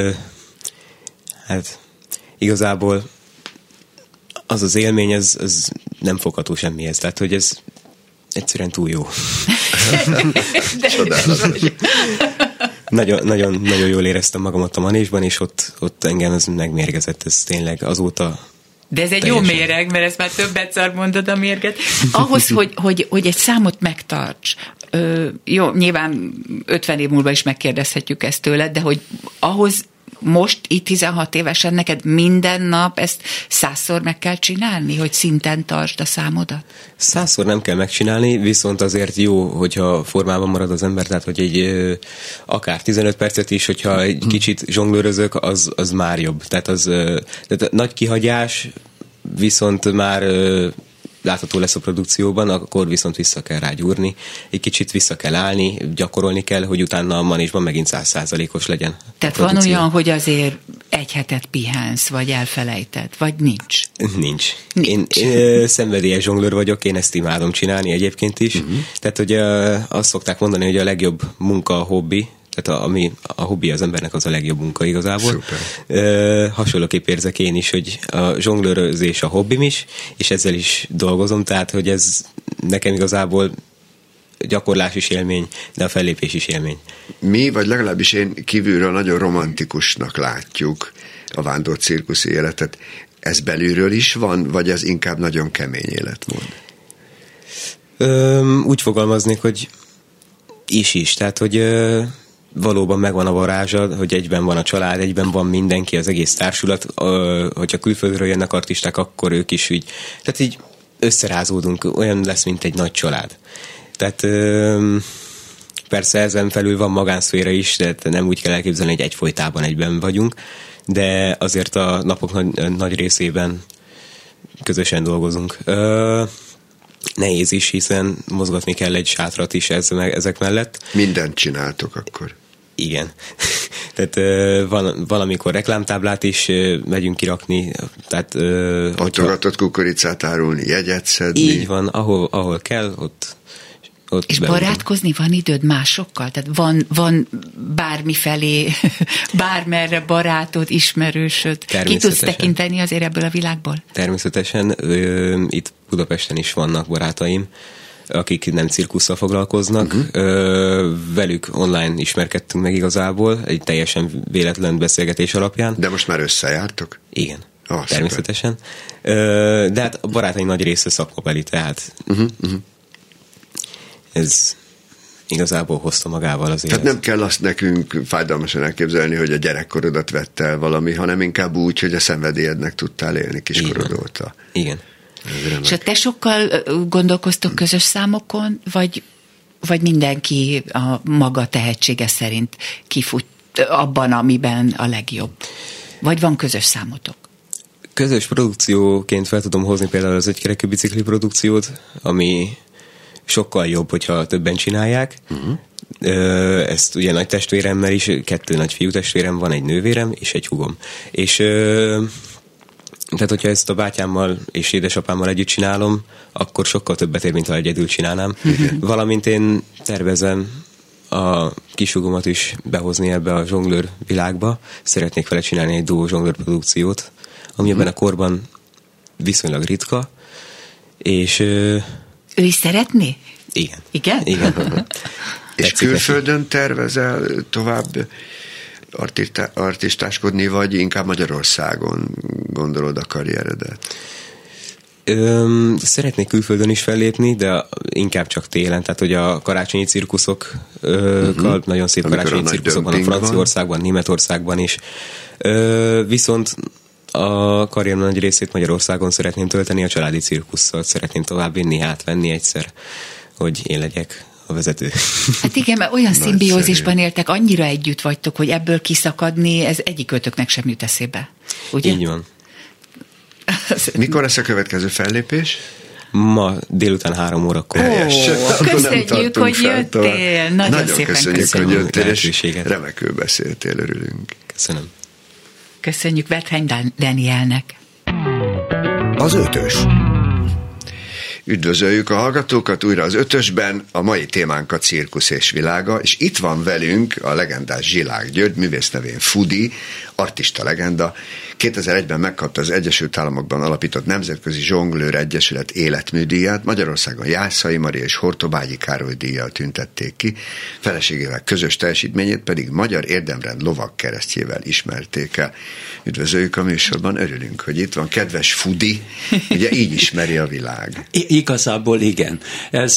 hát igazából az az élmény, ez, ez nem fogható semmihez. Tehát, hogy ez egyszerűen túl jó. Csodálatos. Nagyon, nagyon, nagyon jól éreztem magamat a manésban, és ott, ott engem ez megmérgezett, ez tényleg azóta De ez egy teljesen. jó méreg, mert ezt már többetszer mondod a mérget. Ahhoz, hogy, hogy, hogy egy számot megtarts, ö, jó, nyilván ötven év múlva is megkérdezhetjük ezt tőled, de hogy ahhoz most, itt tizenhat évesen neked minden nap ezt százszor meg kell csinálni, hogy szinten tartsd a számodat? Százszor nem kell megcsinálni, viszont azért jó, hogyha formában marad az ember, tehát hogy egy ö, akár tizenöt percet is, hogyha egy kicsit zsonglőrözök, az, az már jobb. Tehát az ö, tehát nagy kihagyás, viszont már ö, látható lesz a produkcióban, akkor viszont vissza kell rá gyúrni, egy kicsit vissza kell állni, gyakorolni kell, hogy utána a manésban megint száz százalékos legyen. Tehát van olyan, hogy azért egy hetet pihensz, vagy elfelejted, vagy nincs? Nincs. Nincs. Én, én szenvedélyes zsonglőr vagyok, én ezt imádom csinálni egyébként is. Uh-huh. Tehát ugye azt szokták mondani, hogy a legjobb munka a hobbi, tehát a, ami, a hobbi az embernek az a legjobb munka igazából. E, hasonlóképp érzek én is, hogy a zsonglőrözés a hobbim is, és ezzel is dolgozom, tehát hogy ez nekem igazából gyakorlás is élmény, de a fellépés is élmény. Mi, vagy legalábbis én kívülről nagyon romantikusnak látjuk a vándor cirkuszi életet. Ez belülről is van, vagy ez inkább nagyon kemény életmód? Ö, úgy fogalmaznék, hogy is-is, tehát hogy ö, valóban megvan a varázsa, hogy egyben van a család, egyben van mindenki, az egész társulat, ö, hogyha külföldről jönnek artisták, akkor ők is úgy, tehát így összerázódunk, olyan lesz, mint egy nagy család. Tehát ö, persze ezen felül van magánszféra is, de nem úgy kell elképzelni, hogy egyfolytában egyben vagyunk, de azért a napok nagy, nagy részében közösen dolgozunk. Ö, nehéz is, hiszen mozgatni kell egy sátrat is ez, ezek mellett. Mindent csináltok akkor. Igen. Tehát van, valamikor reklámtáblát is megyünk kirakni. Tehát, pattogatott kukoricát árulni, jegyet szedni. Így van, ahol, ahol kell, ott Ott és beugom. barátkozni van időd másokkal? Tehát van, van bármifelé, bármerre barátod, ismerősöd? Ki tudsz tekinteni azért ebből a világból? Természetesen. Ö, itt Budapesten is vannak barátaim, akik nem cirkusszal foglalkoznak. Uh-huh. Ö, velük online ismerkedtünk meg igazából, egy teljesen véletlen beszélgetés alapján. De most már összejártok? Igen. Oh, természetesen. Ö, de hát a barátaim nagy része szakmabeli, tehát uh-huh, uh-huh. ez igazából hozta magával az élet. Tehát nem kell azt nekünk fájdalmasan elképzelni, hogy a gyerekkorodat vette el valami, hanem inkább úgy, hogy a szenvedélyednek tudtál élni kiskorod óta. Igen. És a te sokkal gondolkoztok közös számokon, vagy, vagy mindenki a maga tehetsége szerint kifut abban, amiben a legjobb? Vagy van közös számotok? Közös produkcióként fel tudom hozni például az egykerekű bicikli produkciót, ami sokkal jobb, hogyha többen csinálják. Uh-huh. Ezt ugye nagy testvéremmel is, kettő nagy fiú testvérem van, egy nővérem és egy húgom. És tehát, hogyha ezt a bátyámmal és édesapámmal együtt csinálom, akkor sokkal többet ér, mint ha egyedül csinálnám. Uh-huh. Valamint én tervezem a kishúgomat is behozni ebbe a zsonglőr világba. Szeretnék vele csinálni egy duó zsonglőr produkciót, ami uh-huh. ebben a korban viszonylag ritka, és ő is szeretné? Igen. Igen? Igen. És külföldön tervezel tovább artista, artistáskodni, vagy inkább Magyarországon gondolod a karrieredet? Öm, szeretnék külföldön is fellépni, de inkább csak télen, tehát hogy a karácsonyi cirkuszokkal, uh-huh. nagyon szép amikor karácsonyi cirkuszok van a Franciaországban, Németországban is. Ö, viszont a karrierem nagy részét Magyarországon szeretném tölteni, a családi cirkusszal szeretném továbbvinni, átvenni egyszer, hogy én legyek a vezető. Hát igen, mert olyan szimbiózisban éltek, annyira együtt vagytok, hogy ebből kiszakadni, ez egyik ötöknek sem jut eszébe. Ugye? Így van. Mikor lesz a következő fellépés? Ma délután három órakor. Ó, köszönjük, hogy jöttél. Nagyon, Nagyon szépen köszönjük, köszönjük, hogy jöttél, és remekül beszéltél, örülünk. Köszönöm. Köszönjük Wertheim Danielnek. Az ötös. Üdvözöljük a hallgatókat újra az ötösben, a mai témánk a cirkusz és világa, és itt van velünk a legendás Zsilák György, művész nevén Fudi, artista legenda. kétezer-egyben megkapta az Egyesült Államokban alapított Nemzetközi Zsonglőr Egyesület életműdíját, Magyarországon Jászai Mari és Hortobágyi Károly díjjal tüntették ki, feleségével közös teljesítményét pedig Magyar Érdemrend lovag keresztjével ismerték el. Üdvözöljük a műsorban, örülünk, hogy itt van. Kedves Fudi, ugye így ismeri a világ. I- igazából igen. Ez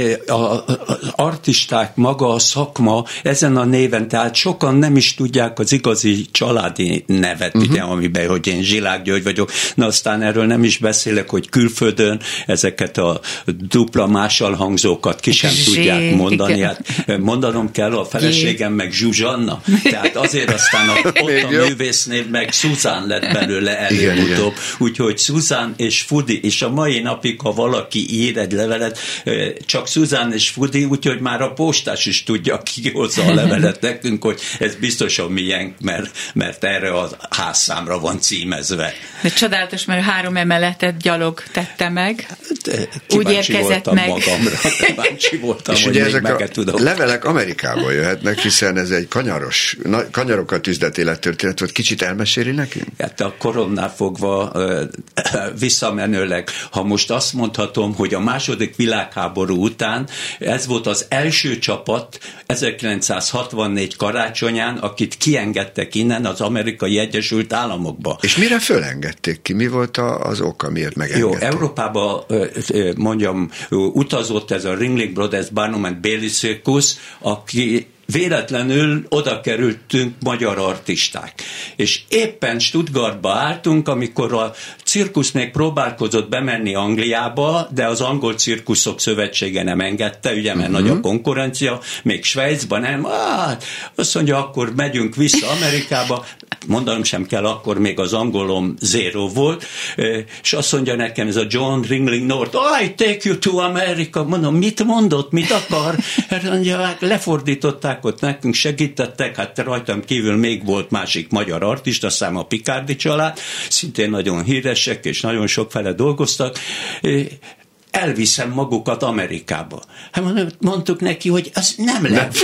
az artisták maga, a szakma ezen a néven, tehát sokan nem is tudják az igazi családi nevet, uh-huh. ugye, amiben, hogy én Zsilák György vagyok. Na aztán erről nem is beszélek, hogy külföldön ezeket a dupla mással hangzókat ki sem Zsé, tudják mondani. Hát mondanom kell, a feleségem meg Zsuzsanna. Tehát azért aztán a, ott a művésznév meg Szuzán lett belőle előbb-utóbb. Úgyhogy Szuzán és Fudi, és a mai napig, ha valaki ír egy levelet, csak Szuzán és Fudi, úgyhogy már a postás is tudja, ki hozza a levelet nekünk, hogy ez biztosan milyen, mert, mert erre a házszámra van címezve. De csodálatos, mert három emeletet gyalog tette meg. De úgy érkezett meg. Magamra, kíváncsi voltam, és hogy ugye még ezek meg tudom. levelek Amerikából jöhetnek, hiszen ez egy kanyaros, kanyarokat üzlet élettörténet volt. Kicsit elmeséli nekünk? Hát a koromnál fogva visszamenőleg, ha most azt mondhatom, hogy a második világháború után ez volt az első csapat ezerkilencszázhatvannégy karácsonyán, akit kiengedtek innen az Amerikai Egyesült Államokba. És mire fölengedték ki? Mi volt az oka, miért megengedték? Jó, Európába mondjam, utazott ez a Ringling Brothers Barnum and Bailey Circus, aki véletlenül oda kerültünk magyar artisták. És éppen Stuttgartba álltunk, amikor a cirkusz még próbálkozott bemenni Angliába, de az Angol Cirkuszok Szövetsége nem engedte, ugye, mert uh-huh. nagy a konkurencia, még Svájcban nem. Hát, azt mondja, akkor megyünk vissza Amerikába, mondanom sem kell, akkor még az angolom zéro volt, és azt mondja nekem ez a John Ringling North, I take you to America. Mondom, mit mondott, mit akar? Hát mondja, hát lefordították, ott nekünk segítettek, hát rajtam kívül még volt másik magyar artista, szám a Picardi család, szintén nagyon híresek, és nagyon sokfele dolgoztak, elviszem magukat Amerikába. Hát mondtuk neki, hogy az nem lehet.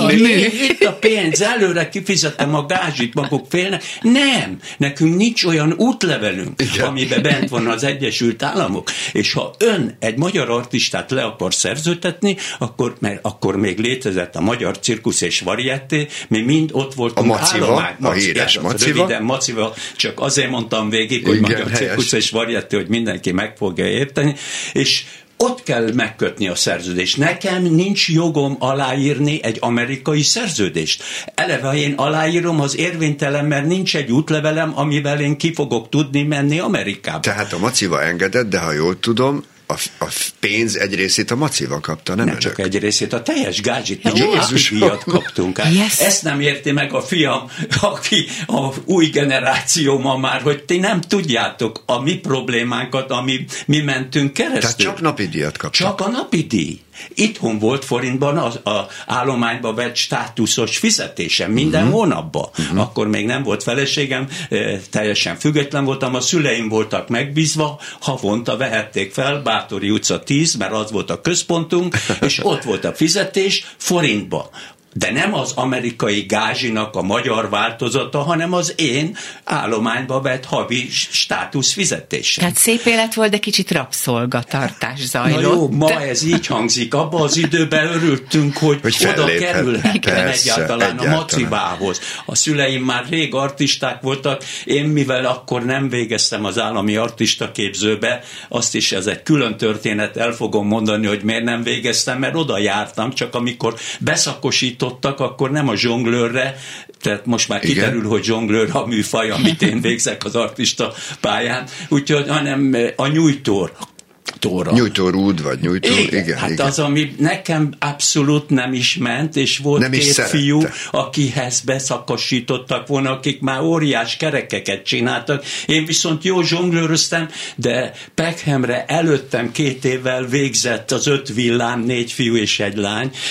Itt a pénz, előre kifizettem a gázsit, maguk félnek. Nem, nekünk nincs olyan útlevelünk, igen, amiben bent van az Egyesült Államok. És ha ön egy magyar artistát le akar szerződtetni, akkor, mert akkor még létezett a Magyar Cirkusz és Varieté, mi mind ott voltunk. A Maciva, a híres Maciva. Röviden Maciva, csak azért mondtam végig, hogy igen, Magyar helyes. Cirkusz és Varieté, hogy mindenki meg fogja érteni, és ott kell megkötni a szerződést. Nekem nincs jogom aláírni egy amerikai szerződést. Eleve, ha én aláírom, az érvénytelen, mert nincs egy útlevelem, amivel én ki fogok tudni menni Amerikába. Tehát a Maciva engedett, de ha jól tudom, a, a pénz egy részét a Maciva kapta, nem, nem önök? Csak egy részét, a teljes gázsit, Jézus díjat kaptunk. Hát yes. Ezt nem érti meg a fiam, aki a új generáció ma már, hogy ti nem tudjátok a mi problémánkat, ami mi mentünk keresztül. Tehát csak napi díjat kaptak? Csak a napi díj. Itthon volt forintban az a állományba vett státuszos fizetésem minden uh-huh. hónapban. Uh-huh. Akkor még nem volt feleségem, teljesen független voltam, a szüleim voltak megbízva, havonta vehették fel, Bátori utca tíz, mert az volt a központunk, és ott volt a fizetés forintba. De nem az amerikai gázsinak a magyar változata, hanem az én állományba vett havi státusz fizetésem. Tehát szép élet volt, de kicsit rabszolgatartás zajlott. Na jó, ma ez így hangzik. Abban az időben örültünk, hogy, hogy oda kerülhettem egyáltalán a Macivához. A szüleim már rég artisták voltak, én mivel akkor nem végeztem az állami artista képzőbe, azt is ez egy külön történet, el fogom mondani, hogy miért nem végeztem, mert oda jártam, csak amikor beszakosít akkor nem a zsonglőrre, tehát most már kiderül, igen, hogy zsonglőr a műfaj, amit én végzek az artista pályán, úgyhogy, hanem a nyújtór. Tóra. Nyújtórúd, vagy nyújtó, igen. igen hát igen. az, ami nekem abszolút nem is ment, és volt nem két fiú, akihez beszakosítottak volna, akik már óriás kerekeket csináltak. Én viszont jó zsonglőröztem, de Peckhamre előttem két évvel végzett az öt villám, négy fiú és egy lány,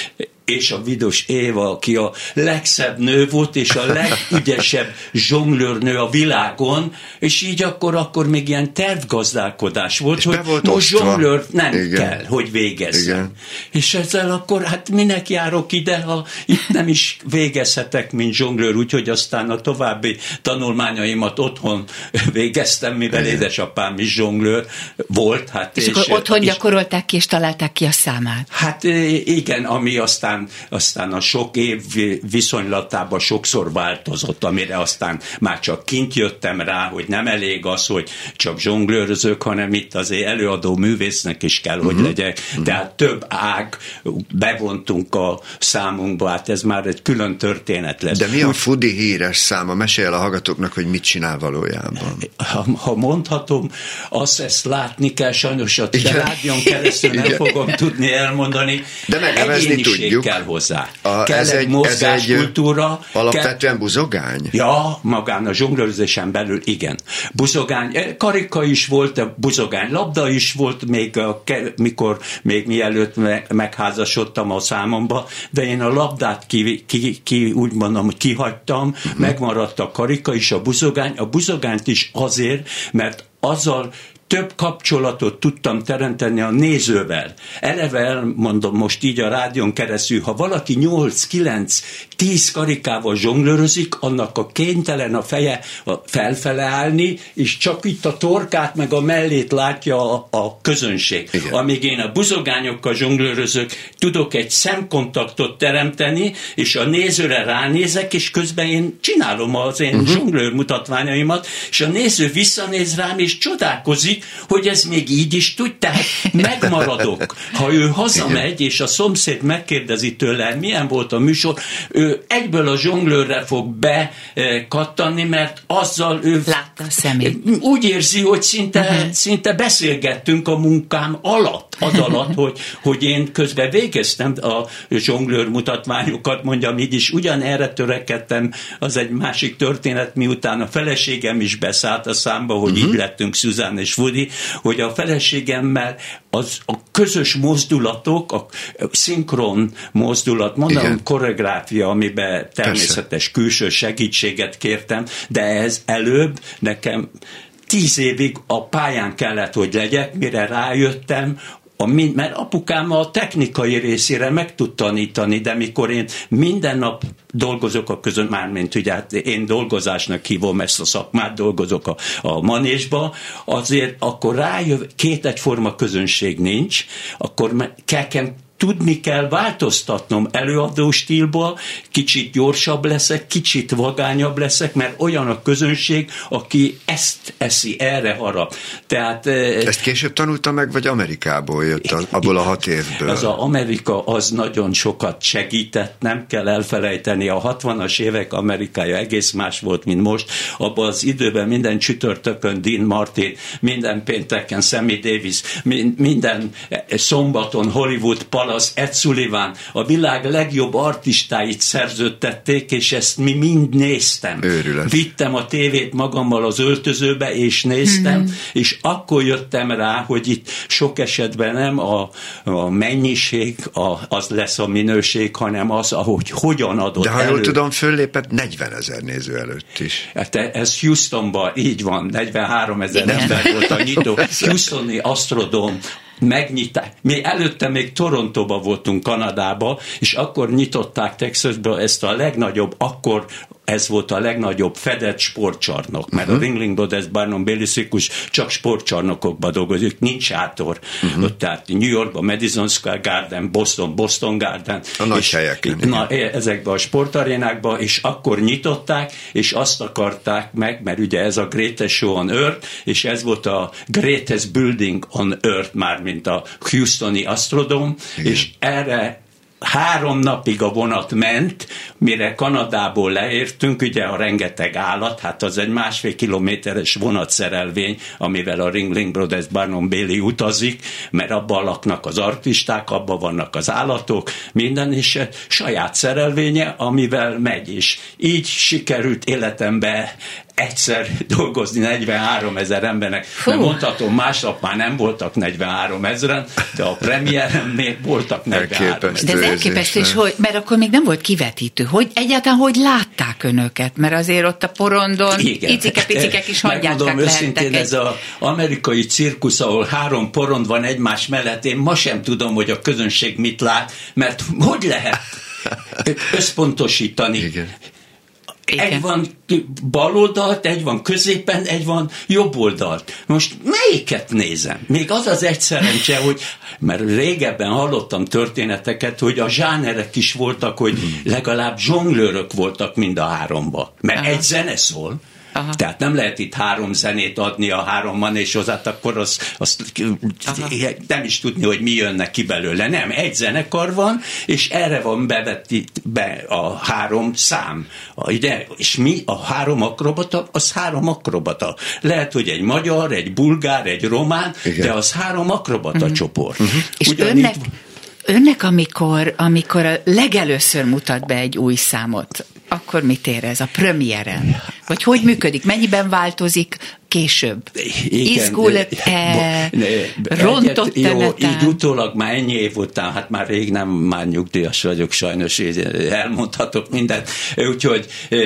és a Vidos Éva, aki a legszebb nő volt, és a legügyesebb zsonglőrnő a világon, és így akkor, akkor még ilyen tervgazdálkodás volt, és hogy volt most zsonglőr nem Igen. kell, hogy végezzem. Igen. És ezzel akkor, hát minek járok ide, ha itt nem is végezhetek, mint zsonglőr, úgyhogy aztán a további tanulmányaimat otthon végeztem, mivel Igen. édesapám is zsonglőr volt. Hát, És, és akkor otthon és, gyakorolták ki, és találták ki a számát. Hát igen, ami aztán, aztán a sok év viszonylatában sokszor változott, amire aztán már csak kint jöttem rá, hogy nem elég az, hogy csak zsonglőrözök, hanem itt azért előadó művésznek is kell, hogy uh-huh. legyek. Uh-huh. Tehát több ág bevontunk a számunkba, hát ez már egy külön történet lesz. De mi a Fudi híres száma? Mesélj el a hallgatóknak, hogy mit csinál valójában. Ha, ha mondhatom, azt ezt látni kell, sajnos a rádión keresztül nem fogom tudni elmondani. De megnevezni tudjuk. Kell hozzá. A, kell ez egy, egy mozgáskultúra. Alapvetően kell, buzogány? Ja, magán a zsonglőrzésen belül igen. Buzogány, karika is volt, buzogány labda is volt, még a, mikor, még mielőtt megházasodtam a számomba, de én a labdát ki, ki, ki úgy mondom, hogy kihagytam, uh-huh. megmaradt a karika is, a buzogány, a buzogányt is azért, mert azzal több kapcsolatot tudtam teremteni a nézővel. Eleve elmondom most így a rádión keresztül, ha valaki nyolc, kilenc, tíz karikával zsonglőrözik, annak a kénytelen a feje felfele állni, és csak itt a torkát meg a mellét látja a, a közönség. Igen. Amíg én a buzogányokkal zsonglőrözök, tudok egy szemkontaktot teremteni, és a nézőre ránézek, és közben én csinálom az én uh-huh. zsonglőr mutatványaimat, és a néző visszanéz rám, és csodálkozik, hogy ez még így is tud, tehát megmaradok. Ha ő hazamegy, és a szomszéd megkérdezi tőle, milyen volt a műsor, ő egyből a zsonglőrre fog bekattanni, mert azzal ő látta a szemét. Úgy érzi, hogy szinte, uh-huh. szinte beszélgettünk a munkám alatt, az alatt, hogy, hogy én közben végeztem a zsonglőr mutatványokat, mondjam így is, ugyanerre törekedtem, az egy másik történet, miután a feleségem is beszállt a számba, hogy uh-huh. így lettünk Susan és Woody, hogy a feleségemmel az a közös mozdulatok, a szinkron mozdulat, mondom, igen. koreográfia, amiben természetes Persze. külső segítséget kértem, de ez előbb nekem tíz évig a pályán kellett, hogy legyek, mire rájöttem, A, mert apukám a technikai részére meg tud tanítani, de mikor én minden nap dolgozok a közön, mármint ugye hát én dolgozásnak hívom ezt a szakmát, dolgozok a, a manésba, azért akkor rájöv, két egyforma közönség nincs, akkor kell, tudni kell változtatnom előadó stílból, kicsit gyorsabb leszek, kicsit vagányabb leszek, mert olyan a közönség, aki ezt eszi, erre harap. Tehát, ezt később tanulta meg, vagy Amerikából jött az, abból a hat évből? Az a Amerika az nagyon sokat segített, nem kell elfelejteni, a hatvanas évek Amerikája egész más volt, mint most. Abban az időben minden csütörtökön Dean Martin, minden pénteken Sammy Davis, minden szombaton Hollywood Palace, Ed Sullivan, a világ legjobb artistáit szerződtették, és ezt mi mind néztem. Őrület. Vittem a tévét magammal az öltözőbe, és néztem, mm-hmm. és akkor jöttem rá, hogy itt sok esetben nem a, a mennyiség a, az lesz a minőség, hanem az, ahogy hogyan adott De ha elő. jól tudom, föllépett negyvenezer néző előtt is. Hát ez Houstonban így van, negyvenhárom ezer ember volt a nyitó. Houstoni Astrodome megnyitták. Mi előtte még Torontóba voltunk, Kanadába, és akkor nyitották Texasba ezt a legnagyobb, akkor ez volt a legnagyobb fedett sportcsarnok, mert uh-huh. a Ringling Brothers Barnum Bailey Circus csak sportcsarnokokba dolgozik, nincs sátor. Uh-huh. Ott, tehát New Yorkban Madison Square Garden, Boston, Boston Garden. A nagy helyeken. Na, ezekben a sportarénákban, és akkor nyitották, és azt akarták meg, mert ugye ez a Greatest Show on Earth, és ez volt a Greatest Building on Earth, már mint a Houstoni Astrodome, igen. és erre három napig a vonat ment, mire Kanadából leértünk, ugye a rengeteg állat, hát az egy másfél kilométeres vonatszerelvény, amivel a Ringling Brothers Barnum Bailey utazik, mert abban laknak az artisták, abban vannak az állatok, minden, és saját szerelvénye, amivel megy is. Így sikerült életembe egyszer dolgozni negyvenhárom ezer embernek. Mert mondhatom, másnap már nem voltak negyvenhárom ezeren, de a premiéren még voltak negyvenhárom ezeren. De ez elképesztő, és hogy, mert akkor még nem volt kivetítő. Hogy egyáltalán hogy látták önöket? Mert azért ott a porondon icike-picikek is hangyáskák lehettek. Őszintén, ez az amerikai cirkusz, ahol három porond van egymás mellett, én ma sem tudom, hogy a közönség mit lát, mert hogy lehet összpontosítani? Igen. Egy Igen. van bal oldalt, egy van középen, egy van jobb oldalt. Most melyiket nézem? Még az az egy szerencse, hogy, mert régebben hallottam történeteket, hogy a zsánerek is voltak, hogy legalább zsonglőrök voltak mind a háromba. Mert Aha. egy zene szól. Aha. Tehát nem lehet itt három zenét adni a három manésozat, akkor azt az, nem is tudni, hogy mi jön neki belőle. Nem, egy zenekar van, és erre van bevetti be a három szám. Ugye? És mi, a három akrobata, az három akrobata. Lehet, hogy egy magyar, egy bulgár, egy román, Igen. de az három akrobata uh-huh. csoport. Uh-huh. És önnek, önnek amikor, amikor a legelőször mutat be egy új számot, akkor mit érez a premiéren? Vagy hogy működik? Mennyiben változik később? Izgul-e? Rontott-e? Így utólag már ennyi év után, hát már rég nem, már nyugdíjas vagyok, sajnos elmondhatok mindent. Úgyhogy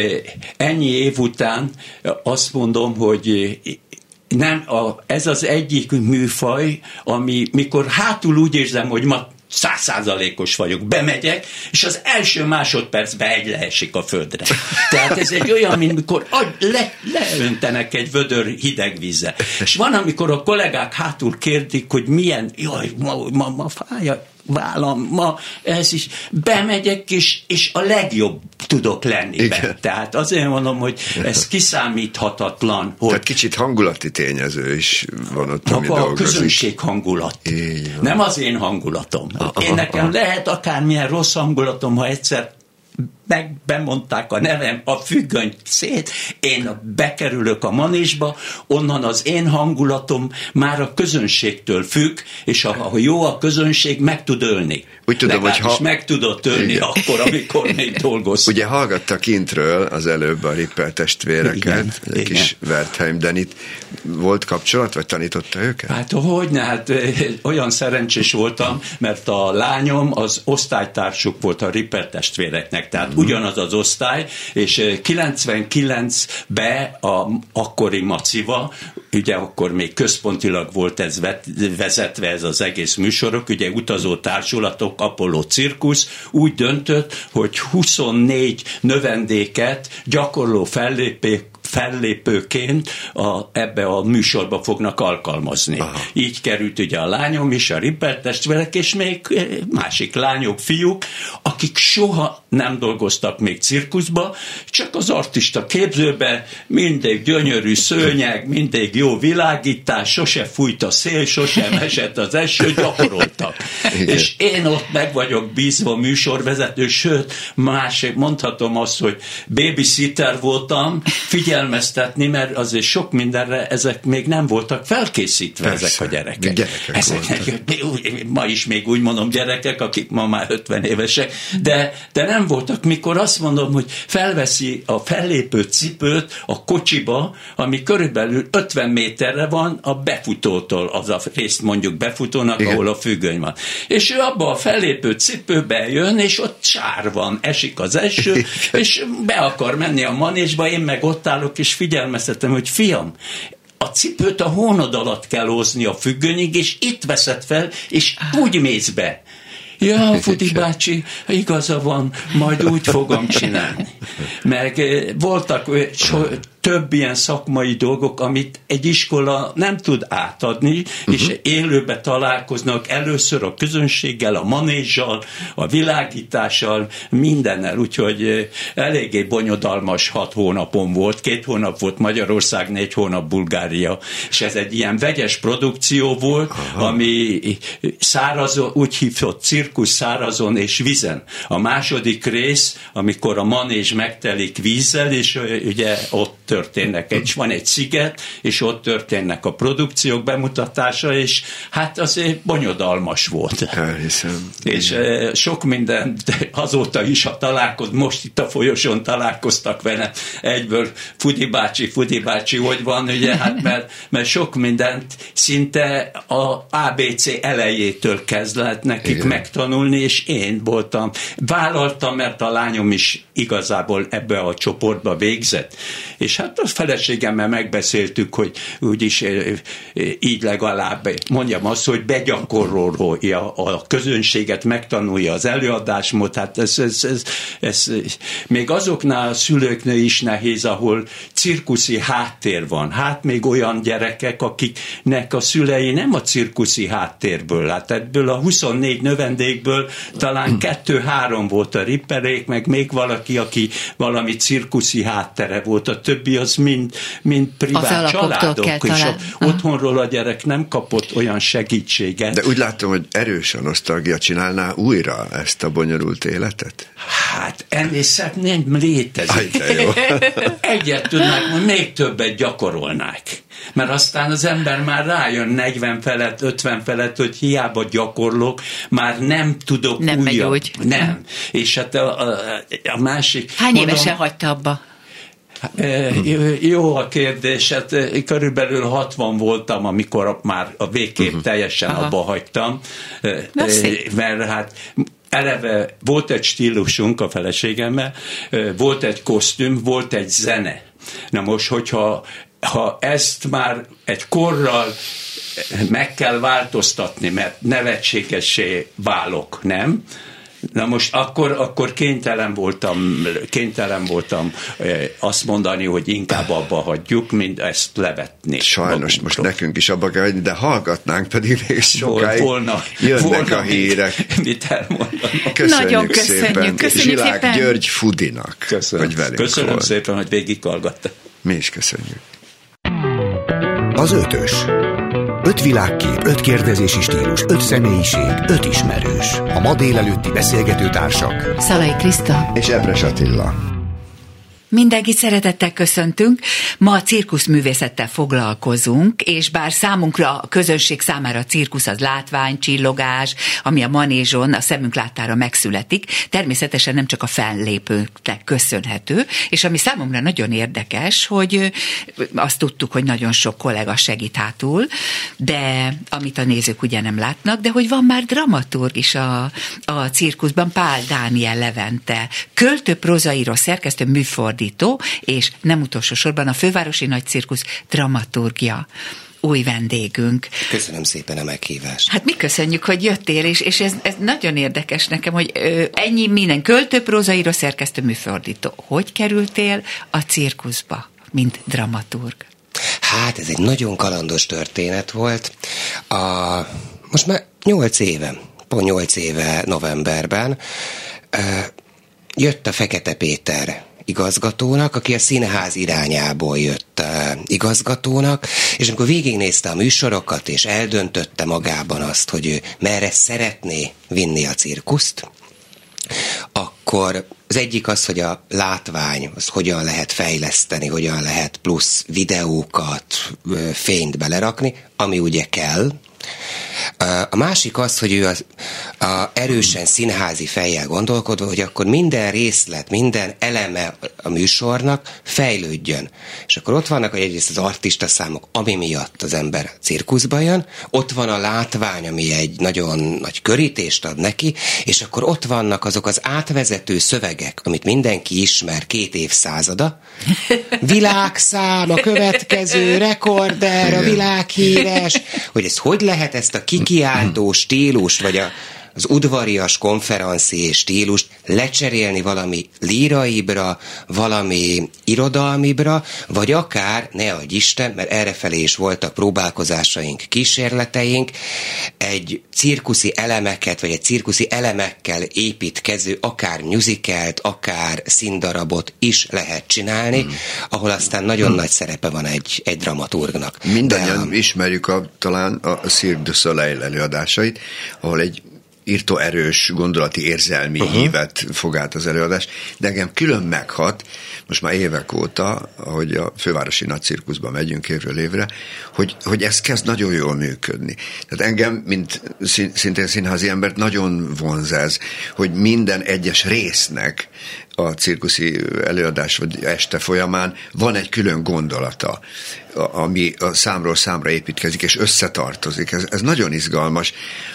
ennyi év után azt mondom, hogy nem, a, ez az egyik műfaj, ami mikor hátul úgy érzem, hogy ma száz százalékos vagyok, bemegyek, és az első másodpercben egy leesik a földre. Tehát ez egy olyan, mint mikor le, leöntenek egy vödör hideg vízzel. És van, amikor a kollégák hátul kérdik, hogy milyen, jaj, ma, ma, ma fáj a vállam, ma ez is, bemegyek, és, és a legjobb tudok lenni be. Tehát azért mondom, hogy ez kiszámíthatatlan. Hogy tehát kicsit hangulati tényező is van ott, ami dolgozik. A közönség hangulat. Nem az én hangulatom. Aha, én nekem aha. lehet akármilyen rossz hangulatom, ha egyszer meg bemondták a nevem, a függöny szét, én bekerülök a manésba, onnan az én hangulatom már a közönségtől függ, és ha jó a közönség, meg tud ölni. Úgy tudom, hogy ha... meg tudott ölni Igen. akkor, amikor még dolgoztam. Ugye hallgattak kintről az előbb a Ripper testvéreket, Igen. egy Igen. kis Wertheim Denit. Volt kapcsolat, vagy tanította őket? Hát hogyne, hát olyan szerencsés voltam, mert a lányom az osztálytársuk volt a Ripper testvéreknek, tehát mm. ugyanaz az osztály, és kilencvenkilencben a akkori Maciva, ugye akkor még központilag volt ez vezetve, ez az egész műsorok, ugye utazó társulatok, Apollo Cirkusz, úgy döntött, hogy huszonnégy növendéket gyakorló fellépők fellépőként a, ebbe a műsorba fognak alkalmazni. Aha. Így került ugye a lányom is, a Ripper testvérek, és még másik lányok, fiúk, akik soha nem dolgoztak még cirkuszba, csak az artista képzőbe, mindig gyönyörű szőnyeg, mindig jó világítás, sose fújt a szél, sosem esett az eső, gyakoroltak. És én ott meg vagyok bízva műsorvezető, sőt, másik mondhatom azt, hogy babysitter voltam, figyelmeztetni, mert azért sok mindenre ezek még nem voltak felkészítve. Persze, ezek a gyerekek. gyerekek ezek, ma is még úgy mondom gyerekek, akik ma már ötven évesek, de, de nem voltak, mikor azt mondom, hogy felveszi a fellépő cipőt a kocsiba, ami körülbelül ötven méterre van a befutótól, az a részt mondjuk befutónak, Igen. ahol a függöny van. És ő abba a fellépő cipőbe jön, és ott sár van, esik az eső, és be akar menni a manésba, én meg ott állok, és figyelmeztetem, hogy fiam, a cipőt a hónod alatt kell hozni a függönyig, és itt veszed fel, és úgy mész be. Ja, Fudi bácsi, igaza van, majd úgy fogom csinálni. Meg voltak so, több ilyen szakmai dolgok, amit egy iskola nem tud átadni, uh-huh. és élőbe találkoznak először a közönséggel, a manézsal, a világítással, mindennel, úgyhogy eléggé bonyodalmas hat hónapon volt, két hónap volt Magyarország, négy hónap Bulgária, és ez egy ilyen vegyes produkció volt, Aha. ami szárazon, úgy hívott cirkusz szárazon és vízen. A második rész, amikor a manés megtelik vízzel, és ugye ott történnek. És van egy sziget, és ott történnek a produkciók bemutatása, és hát azért bonyodalmas volt. Elhiszem. És e, sok minden azóta is, ha találkoz, most itt a folyosón találkoztak vele, egyből Fudi bácsi, Fudi bácsi, hogy van, ugye, hát mert, mert sok mindent szinte a á bé cé elejétől kezd lehet nekik igen. megtanulni, és én voltam, vállaltam, mert a lányom is igazából ebbe a csoportba végzett. És hát a feleségemmel megbeszéltük, hogy úgyis így legalább mondjam azt, hogy begyakorolja a közönséget, megtanulja az előadásmód, hát ez, ez, ez, ez még azoknál a szülőknél is nehéz, ahol cirkuszi háttér van. Hát még olyan gyerekek, akiknek a szülei nem a cirkuszi háttérből, hát ebből a huszonnégy növendékből talán kettő-három volt a ripperék, meg még valaki, aki valami cirkuszi háttere volt, a többi az mind, mind privát családok, és a, otthonról a gyerek nem kapott olyan segítséget. De úgy látom, hogy erős a nosztalgia, csinálná újra ezt a bonyolult életet? Hát ennél szebb nem létezik. Egyet tudnák, hogy még többet gyakorolnák. Mert aztán az ember már rájön negyven felett, ötven felett, hogy hiába gyakorlok, már nem tudok nem újabb. Megy úgy. Nem. És hát a, a, a másik... Hány mondom, évesen hagyta abba? Jó a kérdés, hát körülbelül hatvan voltam, amikor már a végképp uh-huh. teljesen Aha. abba hagytam. Na, mert hát eleve volt egy stílusunk a feleségemmel, volt egy kosztüm, volt egy zene. Na most, hogyha ha ezt már egy korral meg kell változtatni, mert nevetségessé válok, nem? Na most akkor, akkor kénytelen voltam, kénytelen voltam azt mondani, hogy inkább abba hagyjuk, mint ezt levetni. Sajnos magunkról. Most nekünk is abba kell hagyni, de hallgatnánk, pedig még sokáig volna, jönnek volna a hírek. Mit elmondanom. Köszönjük Nagyon köszönjük. szépen. Köszönjük Zsilák szépen. György Fudinak, Köszönöm. hogy velünk Köszönöm volt. szépen, hogy végighallgattak. Mi is köszönjük. Az ötös. Öt világkép, öt kérdezési stílus, öt személyiség, öt ismerős. A ma délelőtti beszélgető társak. Szalai Kriszta És Epres Attila. Mindenkit szeretettel köszöntünk. Ma a cirkuszművészettel foglalkozunk, és bár számunkra, a közönség számára a cirkusz az látvány, csillogás, ami a manézson a szemünk láttára megszületik, természetesen nem csak a fellépőknek köszönhető, és ami számomra nagyon érdekes, hogy azt tudtuk, hogy nagyon sok kollega segít hátul, de amit a nézők ugye nem látnak, de hogy van már dramaturg is a, a cirkuszban, Pál Dániel Levente, költő, prózaíró, szerkesztő, műfordító, és nem utolsó sorban a Fővárosi Nagy Cirkusz dramaturgja. Új vendégünk. Köszönöm szépen a meghívást. Hát mi köszönjük, hogy jöttél, és, és ez, ez nagyon érdekes nekem, hogy ö, ennyi minden költő, prózaíró, szerkesztő, műfordító. Hogy kerültél a cirkuszba, mint dramaturg? Hát ez egy nagyon kalandos történet volt. A, most már nyolc éve, pont nyolc éve novemberben ö, jött a Fekete Péter igazgatónak, aki a színház irányából jött uh, igazgatónak, és amikor végignézte a műsorokat, és eldöntötte magában azt, hogy ő merre szeretné vinni a cirkuszt, akkor az egyik az, hogy a látvány, az hogyan lehet fejleszteni, hogyan lehet plusz videókat, fényt belerakni, ami ugye kell. A másik az, hogy ő az, a erősen színházi fejjel gondolkodva, hogy akkor minden részlet, minden eleme a műsornak fejlődjön. És akkor ott vannak, hogy egyrészt az artista számok, ami miatt az ember cirkuszba jön, ott van a látvány, ami egy nagyon nagy körítést ad neki, és akkor ott vannak azok az átvezető szövegek, amit mindenki ismer két évszázada. Világszám, a következő rekorder, a világhíres, hogy ez hogy lehet ezt a kikiáltó stílust, vagy a, az udvarias konferencié stílust lecserélni valami líraibra, valami irodalmibra, vagy akár, ne adj Isten, mert errefelé is voltak próbálkozásaink, kísérleteink, egy cirkuszi elemeket, vagy egy cirkuszi elemekkel építkező, akár musicalt, akár színdarabot is lehet csinálni, hmm. ahol aztán nagyon hmm. nagy szerepe van egy, egy dramaturgnak. Mindannyian a... ismerjük a, talán a Cirque du Soleil előadásait, ahol egy írtó erős gondolati érzelmi uh-huh. hívet fog át az előadás, de engem külön meghat, most már évek óta, ahogy a fővárosi nagy cirkuszba megyünk évről évre, hogy, hogy ez kezd nagyon jól működni. Tehát engem, mint szintén színházi embert nagyon vonz ez, hogy minden egyes résznek a cirkuszi előadás vagy este folyamán van egy külön gondolata, ami a számról számra építkezik és összetartozik. Ez, ez nagyon izgalmas,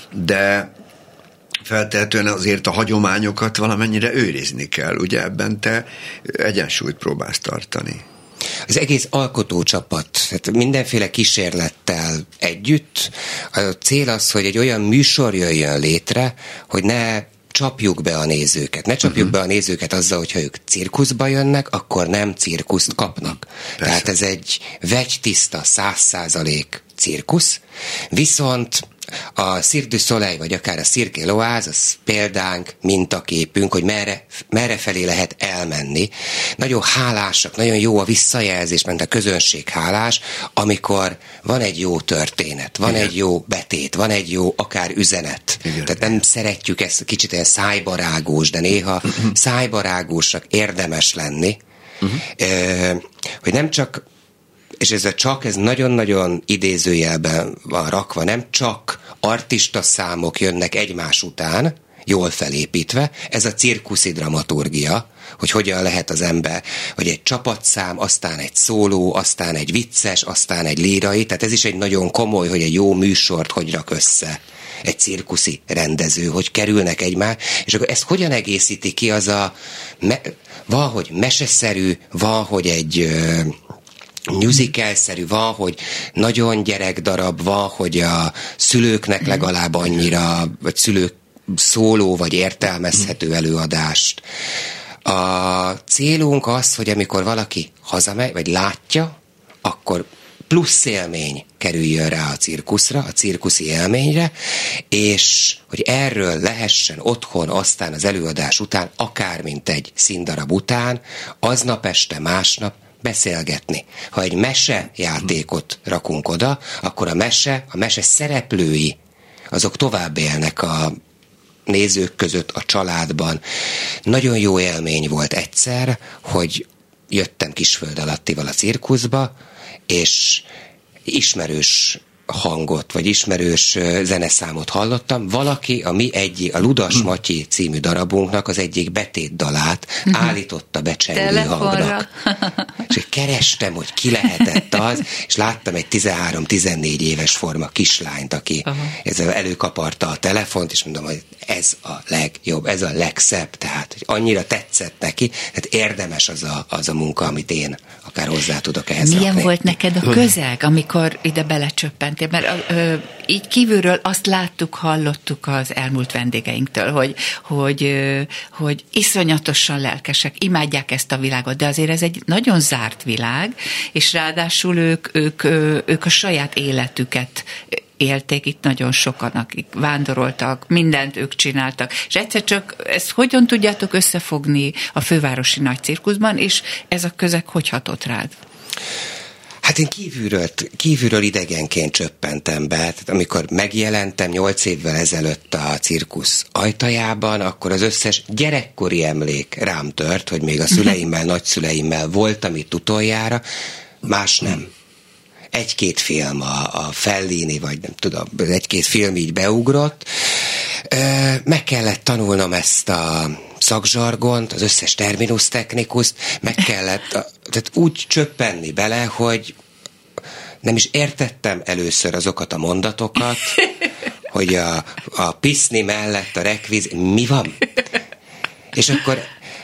de feltehetően azért a hagyományokat valamennyire őrizni kell. Ugye ebben te egyensúlyt próbálsz tartani. Az egész alkotócsapat, tehát mindenféle kísérlettel együtt. A cél az, hogy egy olyan műsor jöjjön létre, hogy ne csapjuk be a nézőket. Ne csapjuk uh-huh. be a nézőket azzal, hogyha ők cirkuszba jönnek, akkor nem cirkuszt kapnak. Persze. Tehát ez egy vegytiszta száz százalék cirkusz, viszont a Cirque du Soleil, vagy akár a Cirque l'Oise, az példánk, mintaképünk, hogy merre, merre felé lehet elmenni. Nagyon hálásak, nagyon jó a visszajelzés, mert a közönség hálás, amikor van egy jó történet, van Igen. egy jó betét, van egy jó akár üzenet. Igen. Tehát nem szeretjük ezt kicsit ilyen szájbarágós, de néha uh-huh. szájbarágósnak érdemes lenni, uh-huh. eh, hogy nem csak, és ez a csak, ez nagyon-nagyon idézőjelben van rakva, nem csak artista számok jönnek egymás után, jól felépítve, ez a cirkuszi dramaturgia, hogy hogyan lehet az ember, hogy egy csapatszám, aztán egy szóló, aztán egy vicces, aztán egy lírai, tehát ez is egy nagyon komoly, hogy egy jó műsort hogy rak össze egy cirkuszi rendező, hogy kerülnek egymás, és akkor ezt hogyan egészíti ki az a, me, valahogy meseszerű, valahogy egy musical-szerű, van, hogy nagyon gyerekdarab, van, hogy a szülőknek legalább annyira, vagy szülők szóló, vagy értelmezhető előadást. A célunk az, hogy amikor valaki hazamegy, vagy látja, akkor plusz élmény kerüljön rá a cirkuszra, a cirkuszi élményre, és hogy erről lehessen otthon, aztán az előadás után, akár mint egy színdarab után, aznap este, másnap beszélgetni. Ha egy mese játékot rakunk oda, akkor a mese, a mese szereplői, azok tovább élnek a nézők között, a családban. Nagyon jó élmény volt egyszer, hogy jöttem Kisföld Alattival a cirkuszba, és ismerős hangot, vagy ismerős zeneszámot hallottam. Valaki a mi egyik, a Ludas Matyi című darabunknak az egyik betétdalát uh-huh. állította becsengő hangnak. És kerestem, hogy ki lehetett az, és láttam egy tizenhárom-tizennégy éves forma kislányt, aki uh-huh. ezzel előkaparta a telefont, és mondom, hogy ez a legjobb, ez a legszebb, tehát hogy annyira tetszett neki, tehát érdemes az a, az a munka, amit én akár hozzá tudok ehhez Milyen rakni. volt neked a közeg, amikor ide belecsöppentél? Mert ö, így kívülről azt láttuk, hallottuk az elmúlt vendégeinktől, hogy, hogy, ö, hogy iszonyatosan lelkesek, imádják ezt a világot, de azért ez egy nagyon zárt világ, és ráadásul ők, ők, ö, ők a saját életüket élték, itt nagyon sokan, akik vándoroltak, mindent ők csináltak, és egyszer csak ezt hogyan tudjátok összefogni a fővárosi nagy cirkuszban, és ez a közeg hogy hatott rád? Hát én kívülről, kívülről idegenként csöppentem be, tehát amikor megjelentem nyolc évvel ezelőtt a cirkusz ajtajában, akkor az összes gyerekkori emlék rám tört, hogy még a szüleimmel, nagyszüleimmel voltam itt utoljára, más nem. Egy-két film, a, a Fellini, vagy nem tudom, egy-két film így beugrott. Meg kellett tanulnom ezt a szakzsargont, az összes terminus technikust, meg kellett, tehát úgy csöppenni bele, hogy nem is értettem először azokat a mondatokat, hogy a, a piszni mellett a rekvíz, mi van? És akkor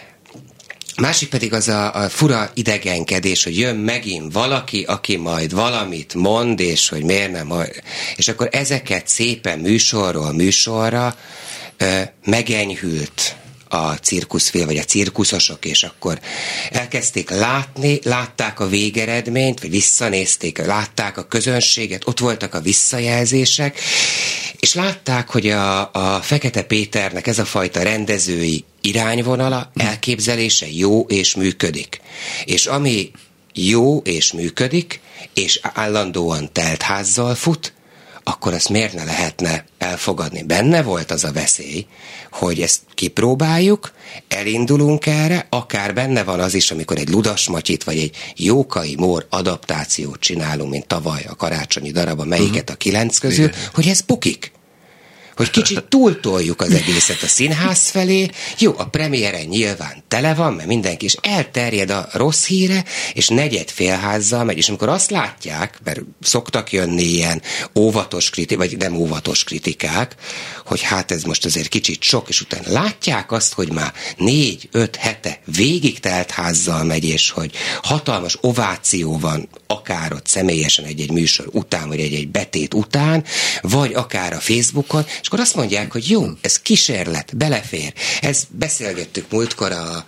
másik pedig az a, a fura idegenkedés, hogy jön megint valaki, aki majd valamit mond, és hogy miért nem. És akkor ezeket szépen műsorról műsorra ö, megenyhült a cirkuszfél, vagy a cirkuszosok, és akkor elkezdték látni, látták a végeredményt, vagy visszanézték, látták a közönséget, ott voltak a visszajelzések, és látták, hogy a, a Fekete Péternek ez a fajta rendezői irányvonala, elképzelése jó és működik. És ami jó és működik, és állandóan teltházzal fut, akkor azt miért ne lehetne elfogadni? Benne volt az a veszély, hogy ezt kipróbáljuk, elindulunk erre, akár benne van az is, amikor egy Ludas Matyit, vagy egy Jókai Mór adaptációt csinálunk, mint tavaly a karácsonyi darab, melyiket a kilenc közül, igen, hogy ez bukik. Hogy kicsit túltoljuk az egészet a színház felé. Jó, a premiéren nyilván tele van, mert mindenki is elterjed a rossz híre, és negyed félházzal megy, és amikor azt látják, mert szoktak jönni ilyen óvatos kritikák, vagy nem óvatos kritikák, hogy hát ez most azért kicsit sok, és utána látják azt, hogy már négy-öt hete végig telt házzal megy, és hogy hatalmas ováció van, akár ott személyesen egy-egy műsor után, vagy egy-egy betét után, vagy akár a Facebookon, és akkor azt mondják, hogy jó, ez kísérlet, belefér. Ez beszélgettük múltkor a,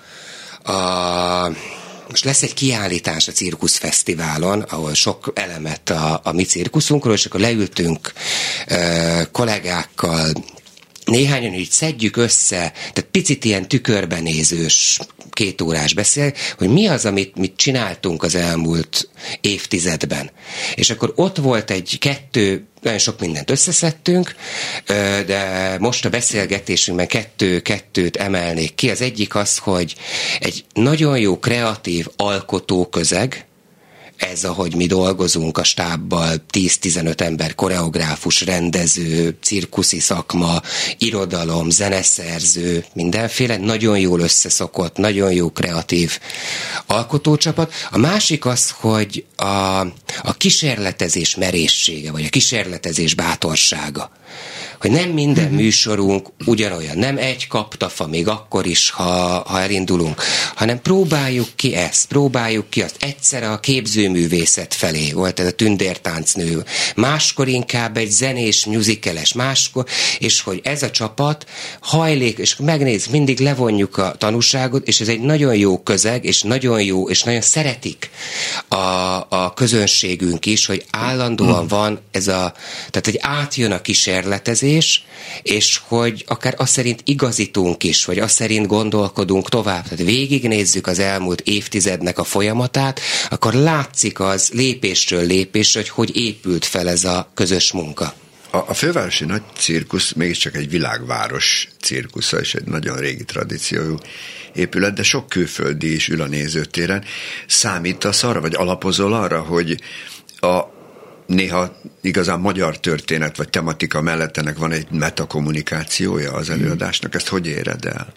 a most lesz egy kiállítás a Cirkusz Fesztiválon, ahol sok elemet a, a mi cirkuszunkról, és akkor leültünk ö, kollégákkal, néhányan így szedjük össze, tehát picit ilyen tükörbenézős két órás beszél, hogy mi az, amit mit csináltunk az elmúlt évtizedben. És akkor ott volt egy kettő, nagyon sok mindent összeszedtünk, de most a beszélgetésünkben kettő-kettőt emelnék ki. Az egyik az, hogy egy nagyon jó kreatív alkotóközeg, ez, ahogy mi dolgozunk a stábbal, tíz-tizenöt ember, koreográfus, rendező, cirkuszi szakma, irodalom, zeneszerző, mindenféle, nagyon jól összeszokott, nagyon jó kreatív alkotócsapat. A másik az, hogy a, a kísérletezés merészsége, vagy a kísérletezés bátorsága. Hogy nem minden műsorunk ugyanolyan, nem egy kaptafa, még akkor is, ha, ha elindulunk, hanem próbáljuk ki ezt, próbáljuk ki azt. Egyszer a képzőművészet felé volt ez a tündértáncnő, máskor inkább egy zenés, musicales, máskor, és hogy ez a csapat hajlék, és megnéz, mindig levonjuk a tanúságot, és ez egy nagyon jó közeg, és nagyon jó, és nagyon szeretik a, a közönségünk is, hogy állandóan van ez a, tehát hogy átjön a kísérletezés, és hogy akár azt szerint igazítunk is, vagy azt szerint gondolkodunk tovább, tehát végignézzük az elmúlt évtizednek a folyamatát, akkor látszik az lépésről lépésre, hogy hogy épült fel ez a közös munka. A, a fővárosi nagy cirkusz mégiscsak egy világváros cirkusza, és egy nagyon régi tradíciójú épület, de sok külföldi is ül a nézőtéren. Számítasz arra, vagy alapozol arra, hogy a néha igazán magyar történet vagy tematika mellett ennek van egy metakommunikációja az előadásnak. Ezt hogy éred el?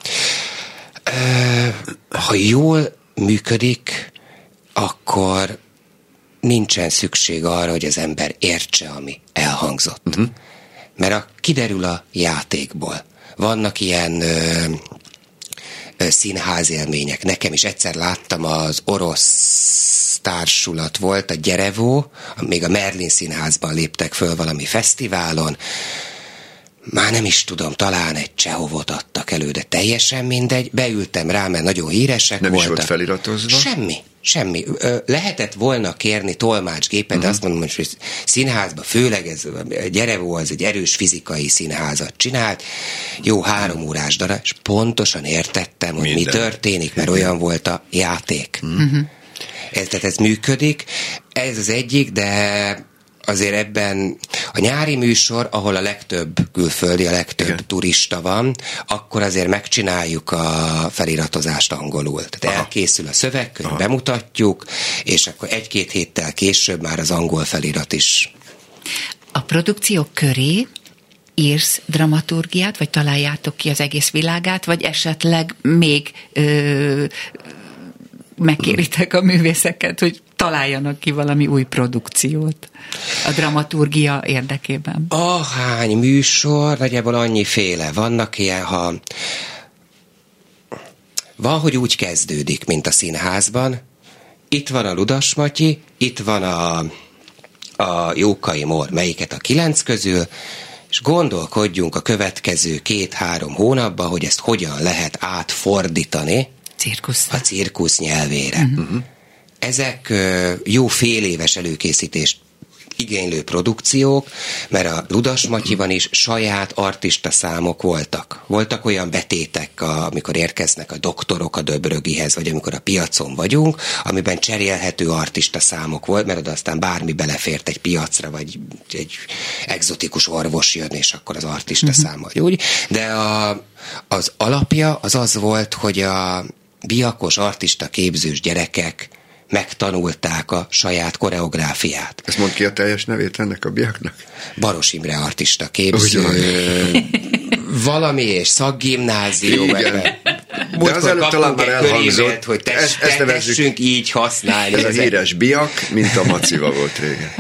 Ha jól működik, akkor nincsen szükség arra, hogy az ember értse, ami elhangzott. Uh-huh. Mert a, kiderül a játékból. Vannak ilyen ö, ö, színházélmények. Nekem is egyszer láttam, az orosz társulat volt, a Gyerevó, még a Merlin Színházban léptek föl valami fesztiválon. Már nem is tudom, talán egy Csehovot adtak elő, de teljesen mindegy. Beültem rá, mert nagyon híresek nem voltak. Nem is volt feliratozva? Semmi. Semmi. Ö, lehetett volna kérni tolmácsgépet, uh-huh. de azt mondom, hogy színházban, főleg ez Gyerevó, az egy erős fizikai színházat csinált, jó három órás darab, és pontosan értettem, hogy minden mi történik, mert olyan volt a játék. Uh-huh. Ez, tehát ez működik, ez az egyik, de azért ebben a nyári műsor, ahol a legtöbb külföldi, a legtöbb igen. turista van, akkor azért megcsináljuk a feliratozást angolul. Tehát aha. elkészül a szövegkönyv, bemutatjuk, és akkor egy-két héttel később már az angol felirat is. A produkciók köré írsz dramaturgiát, vagy találjátok ki az egész világát, vagy esetleg még ö, megkéritek a művészeket, hogy találjanak ki valami új produkciót a dramaturgia érdekében? Ahány műsor, nagyjából annyiféle. Vannak ilyen, ha van, hogy úgy kezdődik, mint a színházban. Itt van a Ludas Matyi, itt van a, a Jókai Mór, melyiket a kilenc közül, és gondolkodjunk a következő két-három hónapban, hogy ezt hogyan lehet átfordítani Cirkuszra. A cirkusz nyelvére. Uh-huh. Ezek jó fél éves előkészítést igénylő produkciók, mert a Ludas Matyiban is saját artista számok voltak. Voltak olyan betétek, amikor érkeznek a doktorok a Döbrögihez, vagy amikor a piacon vagyunk, amiben cserélhető artista számok volt, mert oda aztán bármi belefért egy piacra, vagy egy egzotikus orvos jön, és akkor az artista uh-huh. szám vagy úgy. De a, az alapja az az volt, hogy a biakos artista képzős gyerekek megtanulták a saját koreográfiát. Ezt mondd ki a teljes nevét ennek a biaknak? Baros Imre artista képző, valami és szakgimnázium. De az előtt talán már elhangzott, hogy tess, ezt, ezt tessünk így használni. Ez a híres biak, mint a Maciva volt régen.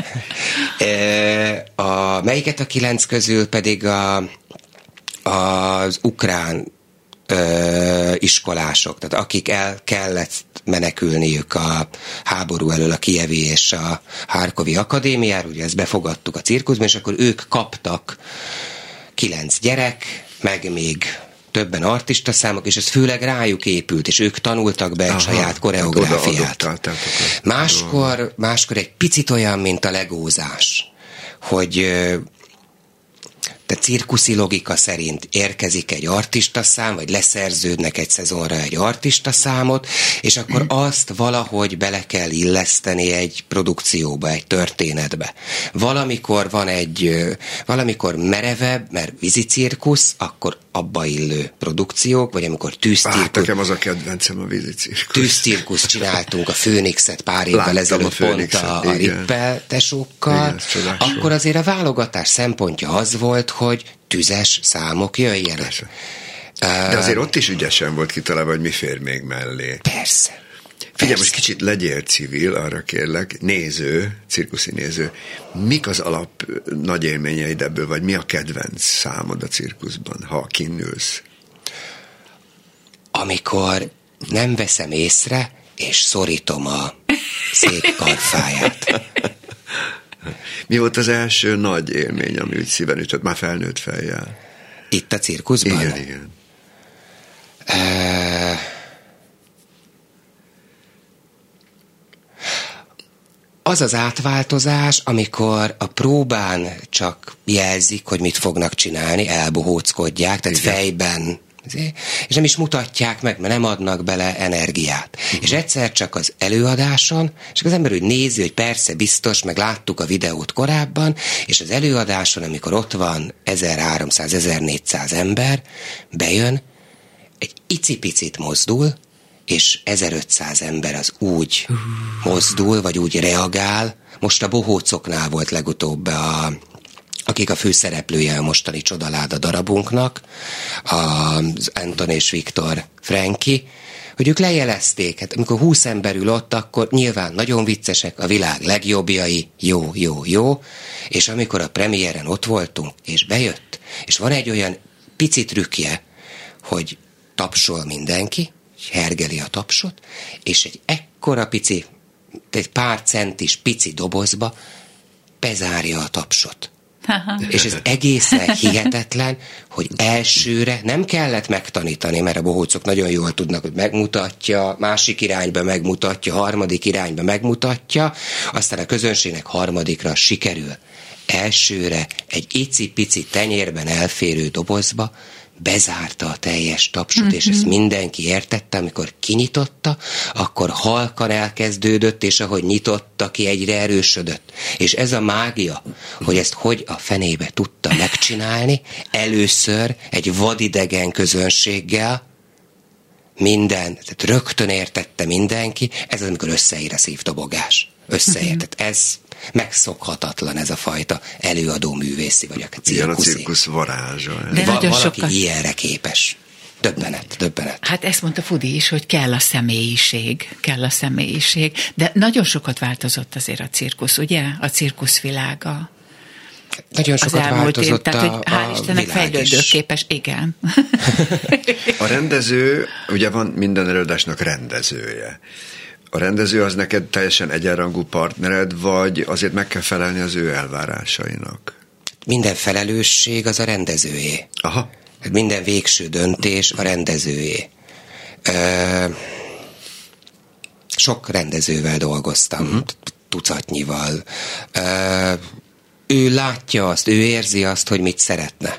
A, melyiket a kilenc közül pedig a, az ukrán ö, iskolások, tehát akik el kellett menekülniük a háború elől a kijevi és a Harkovi akadémiára, ugye ezt befogadtuk a cirkuszban, és akkor ők kaptak kilenc gyerek, meg még többen artista számok, és ez főleg rájuk épült, és ők tanultak be egy saját koreográfiát. Máskor, máskor egy picit olyan, mint a legózás, hogy te cirkuszi logika szerint érkezik egy artista szám, vagy leszerződnek egy szezonra egy artista számot, és akkor azt valahogy bele kell illeszteni egy produkcióba, egy történetbe. Valamikor van egy, valamikor merevebb, mert vízicirkusz, akkor abba illő produkciók, vagy amikor tűzcirkusz... Hát, nekem az a kedvencem a vízicirkusz. Tűzcirkusz csináltunk a Főnixet pár évvel ezelőtt pont a, a Rippel tesókkal, igen, akkor azért a válogatás szempontja az volt, hogy tüzes számok jöjjenek. Persze. De azért ott is ügyesen volt kitalálva, hogy mi fér még mellé. Persze. Figyelj, most kicsit legyél civil, arra kérlek, néző, cirkuszi néző. Mik az alap nagy élményeid ebből, vagy mi a kedvenc számod a cirkuszban, ha kinnülsz? Amikor nem veszem észre, és szorítom a szék karfáját. Mi volt az első nagy élmény, ami úgy szíven ütött, már felnőtt fejjel? Itt a cirkuszban? Igen, igen. Uh, az az átváltozás, amikor a próbán csak jelzik, hogy mit fognak csinálni, elbohóckodják, tehát igen. fejben, és nem is mutatják meg, mert nem adnak bele energiát. Uh-huh. És egyszer csak az előadáson, és az ember úgy nézi, hogy persze, biztos, meg láttuk a videót korábban, és az előadáson, amikor ott van ezerháromszáz-ezernégyszáz ember, bejön, egy icipicit mozdul, és ezerötszáz ember az úgy uh. mozdul, vagy úgy reagál. Most a bohócoknál volt legutóbb a akik a főszereplője a mostani Csodaláda darabunknak, az Anton és Viktor Franki, hogy ők lejelezték, hát amikor húsz ember ül ott, akkor nyilván nagyon viccesek, a világ legjobbjai, jó, jó, jó, és amikor a premiéren ott voltunk, és bejött, és van egy olyan pici trükkje, hogy tapsol mindenki, hergeli a tapsot, és egy ekkora pici, egy pár centis pici dobozba bezárja a tapsot. Aha. És ez egészen hihetetlen, hogy elsőre nem kellett megtanítani, mert a bohócok nagyon jól tudnak, hogy megmutatja, másik irányba megmutatja, harmadik irányba megmutatja, aztán a közönségnek harmadikra sikerül. Elsőre egy icipici tenyérben elférő dobozba bezárta a teljes tapsot, mm-hmm. és ezt mindenki értette, amikor kinyitotta, akkor halkan elkezdődött, és ahogy nyitotta ki, egyre erősödött. És ez a mágia, hogy ezt hogy a fenébe tudta megcsinálni, először egy vadidegen közönséggel, minden, tehát rögtön értette mindenki, ez az, amikor összeér a szívdobogás. Összeér, mm-hmm. tehát ez megszokhatatlan, ez a fajta előadó művészi, vagy a cirkuszi. Igen, a cirkusz varázsa. De Va- nagyon valaki sokat... ilyenre képes. Döbbenet, döbbenet. Hát ezt mondta Fudi is, hogy kell a személyiség, kell a személyiség, de nagyon sokat változott azért a cirkusz, ugye? A cirkuszvilága. Nagyon sokat az elmúlt év, változott tehát, a, hogy hál' Istennek fejlődőképes, igen. A rendező, ugye van minden előadásnak rendezője. A rendező az neked teljesen egyenrangú partnered, vagy azért meg kell felelni az ő elvárásainak? Minden felelősség az a rendezőjé. Aha. Minden végső döntés a rendezőjé. Ö, sok rendezővel dolgoztam. Uh-huh. tucatnyival. Ő látja azt, ő érzi azt, hogy mit szeretne.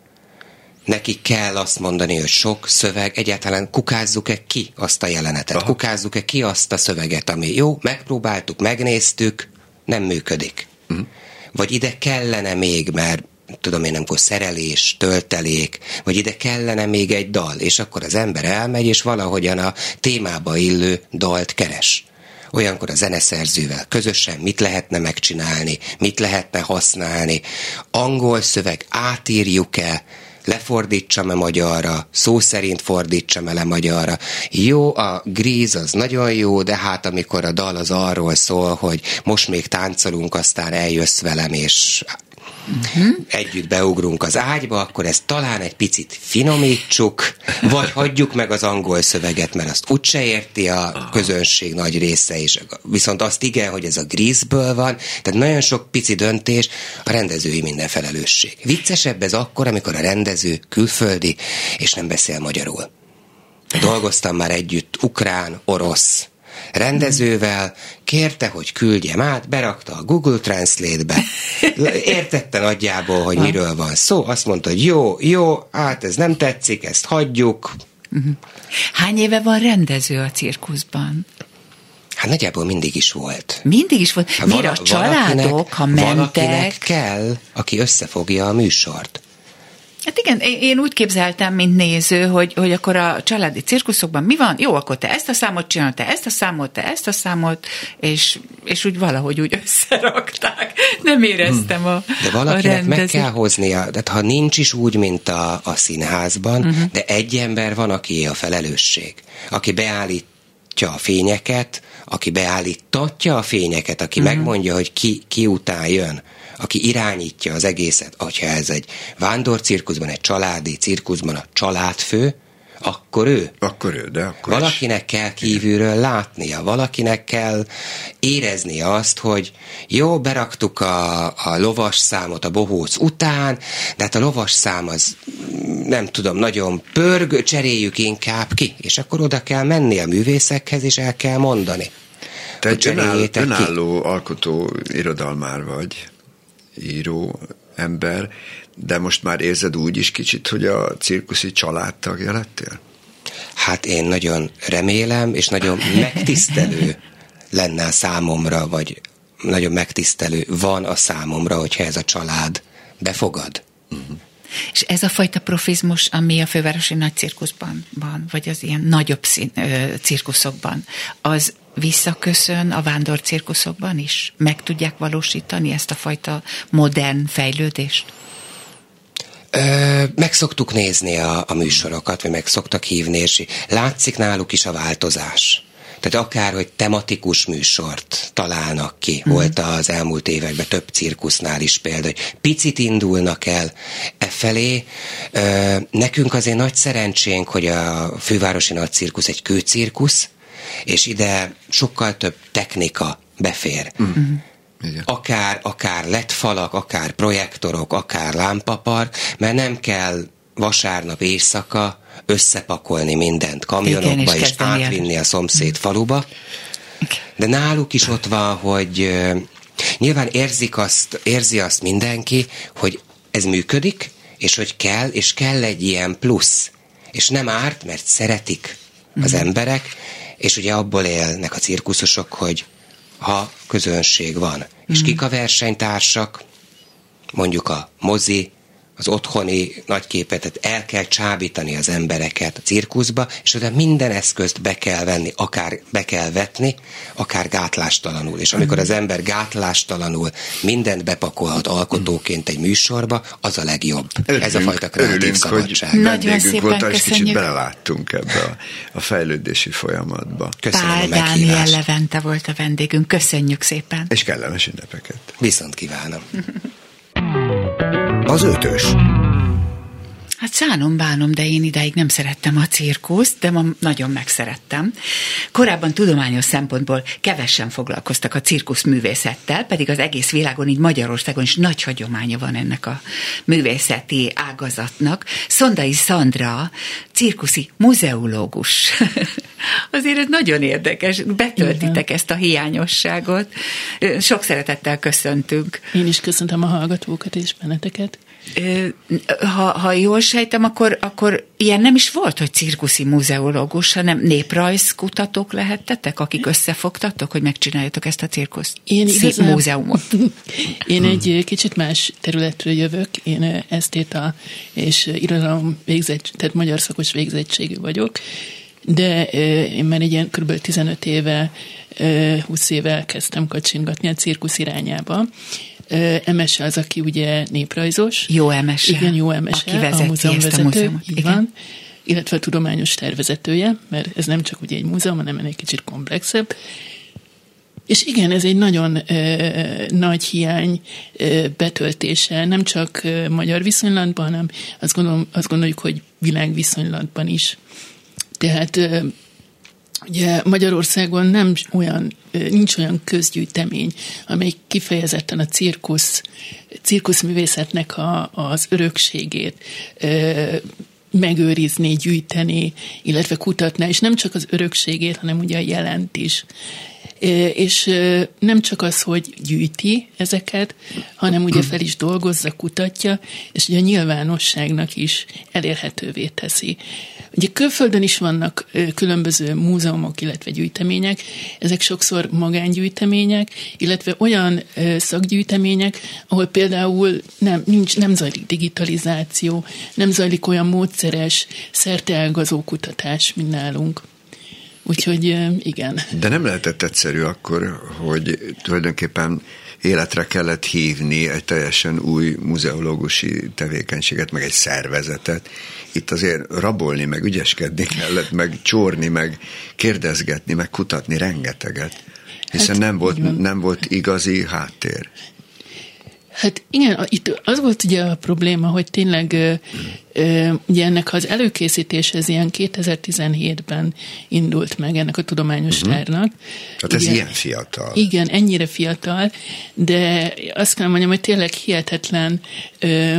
Neki kell azt mondani, hogy sok szöveg, egyáltalán kukázzuk-e ki azt a jelenetet, Aha. kukázzuk-e ki azt a szöveget, ami jó, megpróbáltuk, megnéztük, nem működik. Uh-huh. Vagy ide kellene még, mert tudom én, amikor szerelés, töltelék, vagy ide kellene még egy dal, és akkor az ember elmegy, és valahogyan a témába illő dalt keres. Olyankor a zeneszerzővel közösen mit lehetne megcsinálni, mit lehetne használni, angol szöveg, átírjuk-e, lefordítsam-e magyarra, szó szerint fordítsam-e le magyarra. Jó, a Grease az nagyon jó, de hát amikor a dal az arról szól, hogy most még táncolunk, aztán eljössz velem, és uh-huh. együtt beugrunk az ágyba, akkor ezt talán egy picit finomítsuk, vagy hagyjuk meg az angol szöveget, mert azt úgyse érti a közönség nagy része is. Viszont azt igen, hogy ez a Grease-ből van, tehát nagyon sok pici döntés, a rendezői minden felelősség. Viccesebb ez akkor, amikor a rendező külföldi, és nem beszél magyarul. Dolgoztam már együtt ukrán, orosz rendezővel, kérte, hogy küldjem át, berakta a Google Translate-be, értette nagyjából, hogy miről van szó, azt mondta, hogy jó, jó, hát ez nem tetszik, ezt hagyjuk. Hány éve van rendező a cirkuszban? Hát nagyjából mindig is volt. Mindig is volt? Miért a családok, ha mentek? Valakinek kell, aki összefogja a műsort. Hát igen, én úgy képzeltem, mint néző, hogy, hogy akkor a családi cirkuszokban mi van? Jó, akkor te ezt a számot csinálod, te ezt a számot, te ezt a számot, és, és úgy valahogy úgy összerakták. Nem éreztem a De valakinek meg kell hoznia, de ha nincs is úgy, mint a, a színházban, uh-huh. de egy ember van, aki a felelősség, aki beállítja a fényeket, aki beállítatja a fényeket, aki uh-huh. megmondja, hogy ki, ki után jön, aki irányítja az egészet, hogyha ez egy vándorcirkuszban, egy családi cirkuszban a családfő, akkor ő. Akkor ő, de akkor Valakinek is. kell kívülről látnia, valakinek kell éreznie azt, hogy jó, beraktuk a, a lovas számot a bohóc után, de hát a lovas szám az nem tudom, nagyon pörg, cseréljük inkább ki, és akkor oda kell menni a művészekhez, és el kell mondani. Te egy önálló, önálló alkotó irodalmár vagy, író ember, de most már érzed úgy is kicsit, hogy a cirkuszi családtagja lettél? Hát én nagyon remélem, és nagyon megtisztelő lenne a számomra, vagy nagyon megtisztelő van a számomra, hogyha ez a család befogad. Uh-huh. És ez a fajta profizmus, ami a fővárosi nagy cirkuszban van, vagy az ilyen nagyobb szín, ö, cirkuszokban, az visszaköszön a vándor cirkuszokban is? Meg tudják valósítani ezt a fajta modern fejlődést? Ö, meg szoktuk nézni a, a műsorokat, vagy meg szoktak hívni, és látszik náluk is a változás. Tehát akár, hogy tematikus műsort találnak ki. Mm. Volt az elmúlt években több cirkusznál is példa, hogy picit indulnak el e felé. Ö, nekünk azért nagy szerencsénk, hogy a fővárosi nagy cirkusz egy kőcirkusz, és ide sokkal több technika befér. Mm. Akár, akár led falak, akár projektorok, akár lámpapark, mert nem kell vasárnap éjszaka összepakolni mindent kamionokba, és, és átvinni a szomszéd faluba. De náluk is ott van, hogy uh, nyilván érzik azt, érzi azt mindenki, hogy ez működik, és hogy kell, és kell egy ilyen plusz. És nem árt, mert szeretik az mm. emberek, és ugye abból élnek a cirkuszosok, hogy ha közönség van. Mm. És kik a versenytársak? Mondjuk a mozi, az otthoni nagyképet, tehát el kell csábítani az embereket a cirkuszba, és oda minden eszközt be kell venni, akár be kell vetni, akár gátlástalanul. És amikor az ember gátlástalanul mindent bepakolhat alkotóként egy műsorba, az a legjobb. Örülünk, Ez a fajta kreatív szabadság. Hogy vendégünk volt, és kicsit beleláttunk ebbe a, a fejlődési folyamatba. Köszönöm Pál a meghívást. Dániel Levente volt a vendégünk. Köszönjük szépen. És kellemes ünnepeket. Viszont kívánom. Az ötös. Hát szánom bánom, de én idáig nem szerettem a cirkuszt, de ma nagyon megszerettem. Korábban tudományos szempontból kevesen foglalkoztak a cirkuszművészettel, pedig az egész világon, így Magyarországon is nagy hagyománya van ennek a művészeti ágazatnak. Szondai Szandra, cirkuszi muzeológus. Azért ez nagyon érdekes, betöltitek ezt a hiányosságot. Sok szeretettel köszöntünk. Én is köszöntöm a hallgatókat és benneteket. Ha, ha jól sejtem, akkor, akkor ilyen nem is volt, hogy cirkuszi muzeológus, hanem néprajzkutatók lehettetek, akik összefogtatok, hogy megcsináljatok ezt a cirkuszt? Én igazán... múzeumot. Én egy kicsit más területről jövök, én esztéta és irodalom végzett, tehát magyar szakos végzettségű vagyok, de én már egy ilyen kb. tizenöt éve, húsz éve elkezdtem kacsingatni a cirkusz irányába. Emese az, aki ugye néprajzos. Jó Emese. Igen, Jó Emese. Aki vezeti a ezt a múzeumot. Így van. Illetve a tudományos tervezetője, mert ez nem csak ugye egy múzeum, hanem egy kicsit komplexebb. És igen, ez egy nagyon ö, nagy hiány ö, betöltése, nem csak ö, magyar viszonylatban, hanem azt, gondolom, azt gondoljuk, hogy világviszonylatban is. Tehát ö, ugye Magyarországon nem olyan, nincs olyan közgyűjtemény, amely kifejezetten a cirkusz, cirkuszművészetnek a, az örökségét ö, megőrizni, gyűjteni, illetve kutatni, és nem csak az örökségét, hanem ugye a jelent is. És nem csak az, hogy gyűjti ezeket, hanem ugye fel is dolgozza, kutatja, és ugye a nyilvánosságnak is elérhetővé teszi. Ugye külföldön is vannak különböző múzeumok, illetve gyűjtemények, ezek sokszor magángyűjtemények, illetve olyan szakgyűjtemények, ahol például nem, nincs, nem zajlik digitalizáció, nem zajlik olyan módszeres, szerteágazó kutatás, mint nálunk. Úgyhogy igen. De nem lehetett egyszerű akkor, hogy tulajdonképpen életre kellett hívni egy teljesen új muzeológusi tevékenységet, meg egy szervezetet. Itt azért rabolni, meg ügyeskedni kellett, meg csórni, meg kérdezgetni, meg kutatni rengeteget. Hiszen hát, nem, volt, nem volt igazi háttér. Hát igen, itt az volt ugye a probléma, hogy tényleg ugye ennek az előkészítése ez ilyen kétezer-tizenhétben indult meg ennek a tudományos uh-huh. tárnak. Hát ez ugye, ilyen fiatal. Igen, ennyire fiatal, de azt kell mondjam, hogy tényleg hihetetlen ö,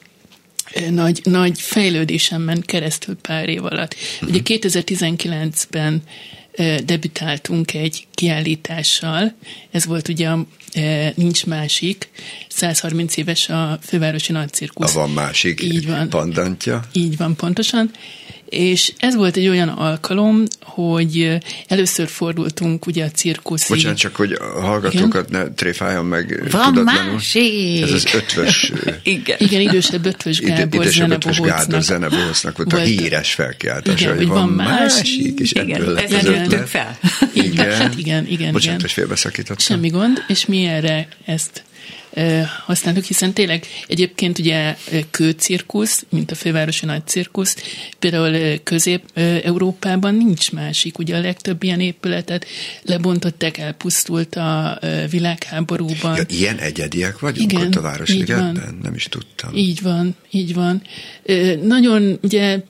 nagy, nagy fejlődésen ment keresztül pár év alatt. Uh-huh. Ugye kétezer-tizenkilencben debütáltunk egy kiállítással, ez volt ugye a e, Nincs másik, száz harminc éves a fővárosi nagycirkusz. A Van másik így van, pandantja. Így van, pontosan. És ez volt egy olyan alkalom, hogy először fordultunk ugye a cirkuszi... Bocsánat, csak hogy a hallgatókat igen? ne tréfáljon meg Van tudatlanul. Másik! Ez az ötvös... igen. igen, idősebb ötvös Gábor zenebohócnak. zenebohócnak volt, volt a híres felkiáltása, igen, hogy van, van másik, másik és igen, ebből ez lőttük fel. Igen, igen, igen, igen. Bocsánat, hogy félbeszakítottam. Semmi gond, és mi erre ezt használtuk, hiszen tényleg egyébként ugye kőcirkusz, mint a fővárosi nagy cirkusz, például Közép-Európában nincs másik, ugye a legtöbb ilyen épületet lebontották, elpusztult a világháborúban. Ja, ilyen egyediek vagyunk igen, ott a Városligetben? Nem is tudtam. Így van, így van. Nagyon ugye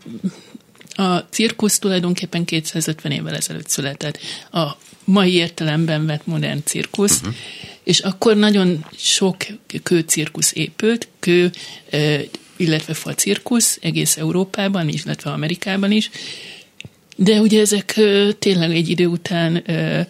a cirkusz tulajdonképpen kétszázötven évvel ezelőtt született. A mai értelemben vett modern cirkusz, uh-huh. és akkor nagyon sok kőcirkusz épült, kő, illetve fa cirkusz egész Európában, illetve Amerikában is, de ugye ezek tényleg egy idő után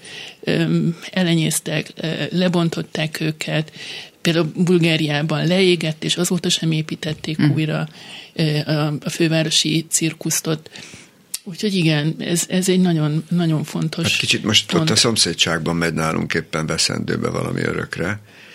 elenyésztek, lebontották őket, például Bulgáriában leégett, és azóta sem építették hmm. újra a fővárosi cirkusztot. Úgyhogy igen, ez, ez egy nagyon, nagyon fontos hát kicsit most pont. Ott a szomszédságban megy nálunk éppen veszendőbe valami örökre.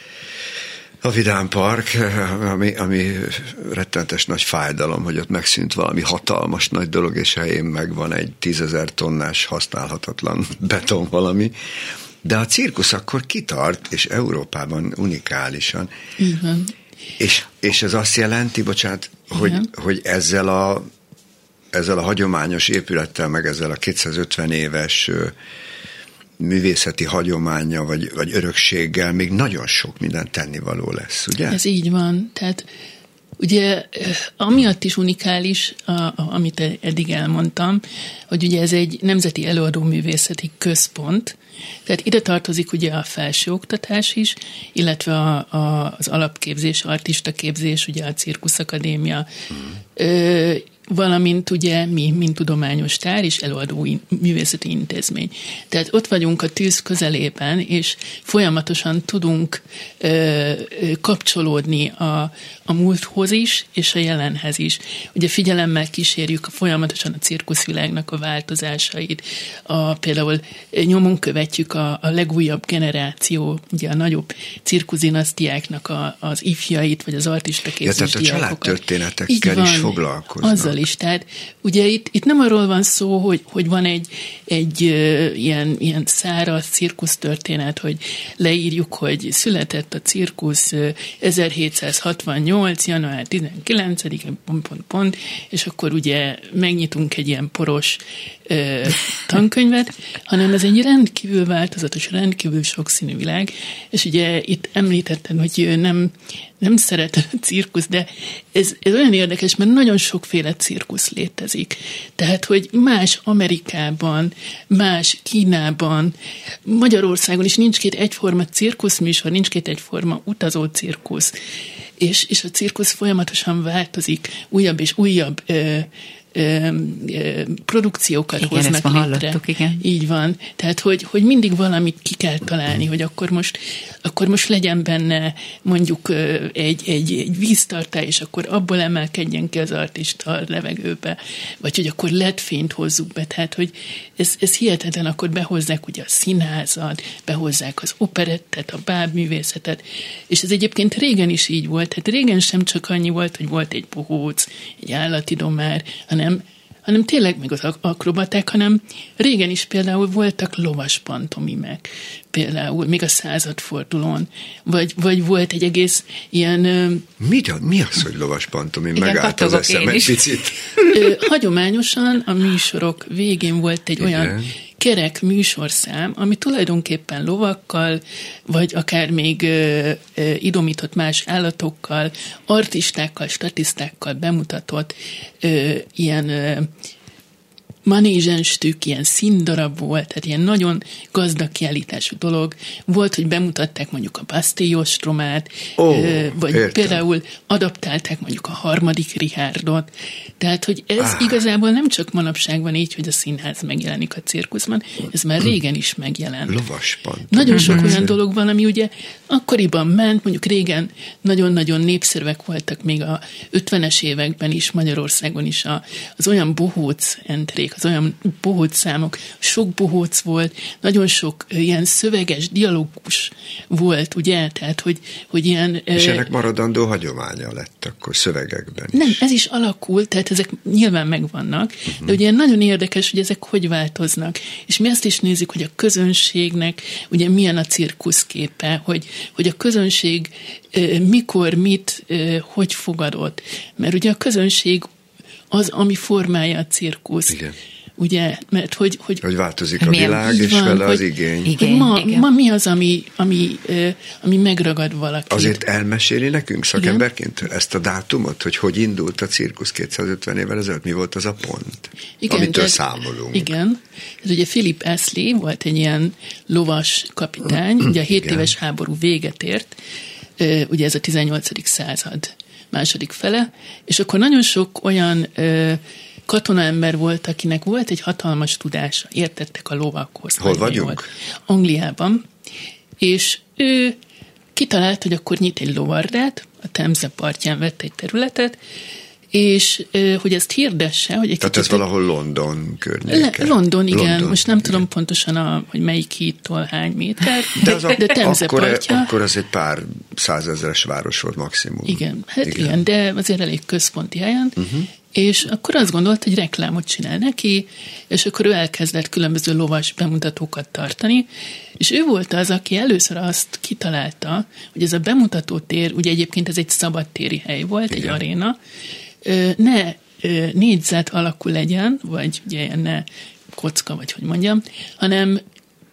A Vidám Park, ami, ami rettentes nagy fájdalom, hogy ott megszűnt valami hatalmas nagy dolog, és helyén megvan egy tízezer tonnás használhatatlan beton valami. De a cirkusz akkor kitart, és Európában unikálisan. Igen. És, és ez azt jelenti, bocsánat, hogy, hogy ezzel a ezzel a hagyományos épülettel, meg ezzel a kétszázötven éves művészeti hagyománya, vagy, vagy örökséggel még nagyon sok minden tennivaló lesz, ugye? Ez így van. Tehát Ugye amiatt is unikális, a, a, amit eddig elmondtam, hogy ugye ez egy nemzeti előadóművészeti központ, tehát ide tartozik ugye a felsőoktatás is, illetve a, a, az alapképzés, artistaképzés, ugye a Cirkuszakadémia, mm. ö, valamint ugye mi, mint tudományos tár és előadó művészeti intézmény. Tehát ott vagyunk a tűz közelében, és folyamatosan tudunk ö, ö, kapcsolódni a, a múlthoz is, és a jelenhez is. Ugye figyelemmel kísérjük folyamatosan a cirkuszvilágnak a változásait, a, például nyomon követjük a, a legújabb generáció, ugye a nagyobb cirkuszdinasztiáknak a, az ifjait, vagy az artistaképzés ja, tehát a családtörténetekkel is foglalkoznak. Azzal is. Tehát ugye itt, itt nem arról van szó, hogy, hogy van egy, egy uh, ilyen, ilyen száraz cirkusztörténet, hogy leírjuk, hogy született a cirkusz uh, ezerhétszázhatvannyolc. január tizenkilencedikén, pont, pont, pont, és akkor ugye megnyitunk egy ilyen poros uh, tankönyvet, hanem ez egy rendkívül változatos, rendkívül sokszínű világ, és ugye itt említettem, hogy nem nem szeretem a cirkusz, de ez, ez olyan érdekes, mert nagyon sokféle cirkusz létezik. Tehát, hogy más Amerikában, más Kínában, Magyarországon is nincs két egyforma cirkuszműsor, nincs két egyforma utazó cirkusz. És, és a cirkusz folyamatosan változik, újabb és újabb ö, Ö, ö, produkciókat igen, hoznak létre. Igen. Így van. Tehát, hogy, hogy mindig valamit ki kell találni, hogy akkor most, akkor most legyen benne mondjuk egy, egy, egy víztartály, és akkor abból emelkedjen ki az artista a levegőbe, vagy hogy akkor ledfényt hozzuk be. Tehát, hogy ez, ez hihetetlen, akkor behozzák ugye a színházat, behozzák az operettet, a bábművészetet, és ez egyébként régen is így volt. Tehát régen sem csak annyi volt, hogy volt egy bohóc, egy állati domár, hanem hanem tényleg meg az akrobaták, hanem régen is például voltak lovas pantomimek, például még a századfordulón, vagy, vagy volt egy egész ilyen... Mi, mi az, hogy lovas pantomim? Megállt az eszem egy picit. Hagyományosan a műsorok végén volt egy igen. olyan kerek műsorszám, ami tulajdonképpen lovakkal, vagy akár még ö, ö, idomított más állatokkal, artistákkal, statisztákkal bemutatott ö, ilyen ö, manézsenstük, ilyen színdarab volt, tehát ilyen nagyon gazdag kiállítású dolog. Volt, hogy bemutatták mondjuk a Bastille ostromát, oh, vagy értem. Például adaptálták mondjuk a harmadik Richardot. Tehát, hogy ez ah. igazából nem csak manapság van így, hogy a színház megjelenik a cirkuszban, ez már régen is megjelent. Lovaspant. Nagyon sok olyan dolog van, ami ugye akkoriban ment, mondjuk régen nagyon-nagyon népszerűek voltak még a ötvenes években is, Magyarországon is a, az olyan bohóc entrék, az olyan bohóc számok, sok bohóc volt, nagyon sok ilyen szöveges dialógus volt, ugye? Tehát, hogy, hogy ilyen... És ennek maradandó hagyománya lett akkor szövegekben is. Nem, ez is alakult, tehát ezek nyilván megvannak, uh-huh. de ugye nagyon érdekes, hogy ezek hogy változnak. És mi azt is nézzük, hogy a közönségnek ugye milyen a cirkuszképe, hogy, hogy a közönség mikor, mit, hogy fogadott. Mert ugye a közönség az, ami formálja a cirkusz. Igen. Ugye, mert hogy... Hogy, hogy változik a világ, és van, vele az igény. Igen, ma, igen. ma mi az, ami, ami, ami megragad valakit? Azért elmeséli nekünk szakemberként igen? ezt a dátumot, hogy hogy indult a cirkusz kétszázötven évvel ezelőtt? Mi volt az a pont, igen, amitől de, számolunk? Igen. Ez ugye Philip Astley volt egy ilyen lovas kapitány, ugye a hét igen. éves háború véget ért, ugye ez a tizennyolcadik század második fele, és akkor nagyon sok olyan katonaember volt, akinek volt egy hatalmas tudása, értettek a lovakhoz. Hol vagyunk? Jól. Angliában, és ő kitalált, hogy akkor nyit egy lovardát, a Temze partján vett egy területet, és hogy ezt hirdesse, hogy egy Tehát ez valahol London környéke. Le, London, igen. London, Most nem igen. tudom pontosan, a, hogy melyik hídtól hány méter, de, az a, de Temze akkor, partja. Akkor ez egy pár százezeres város volt maximum. Igen, hát igen, igen de azért elég központi helyen, uh-huh. és akkor azt gondolt, hogy reklámot csinál neki, és akkor ő elkezdett különböző lovas bemutatókat tartani, és ő volt az, aki először azt kitalálta, hogy ez a bemutatótér, ugye egyébként ez egy szabadtéri hely volt, igen. egy aréna, ne négyzet alakú legyen, vagy ugye ne kocka, vagy hogy mondjam, hanem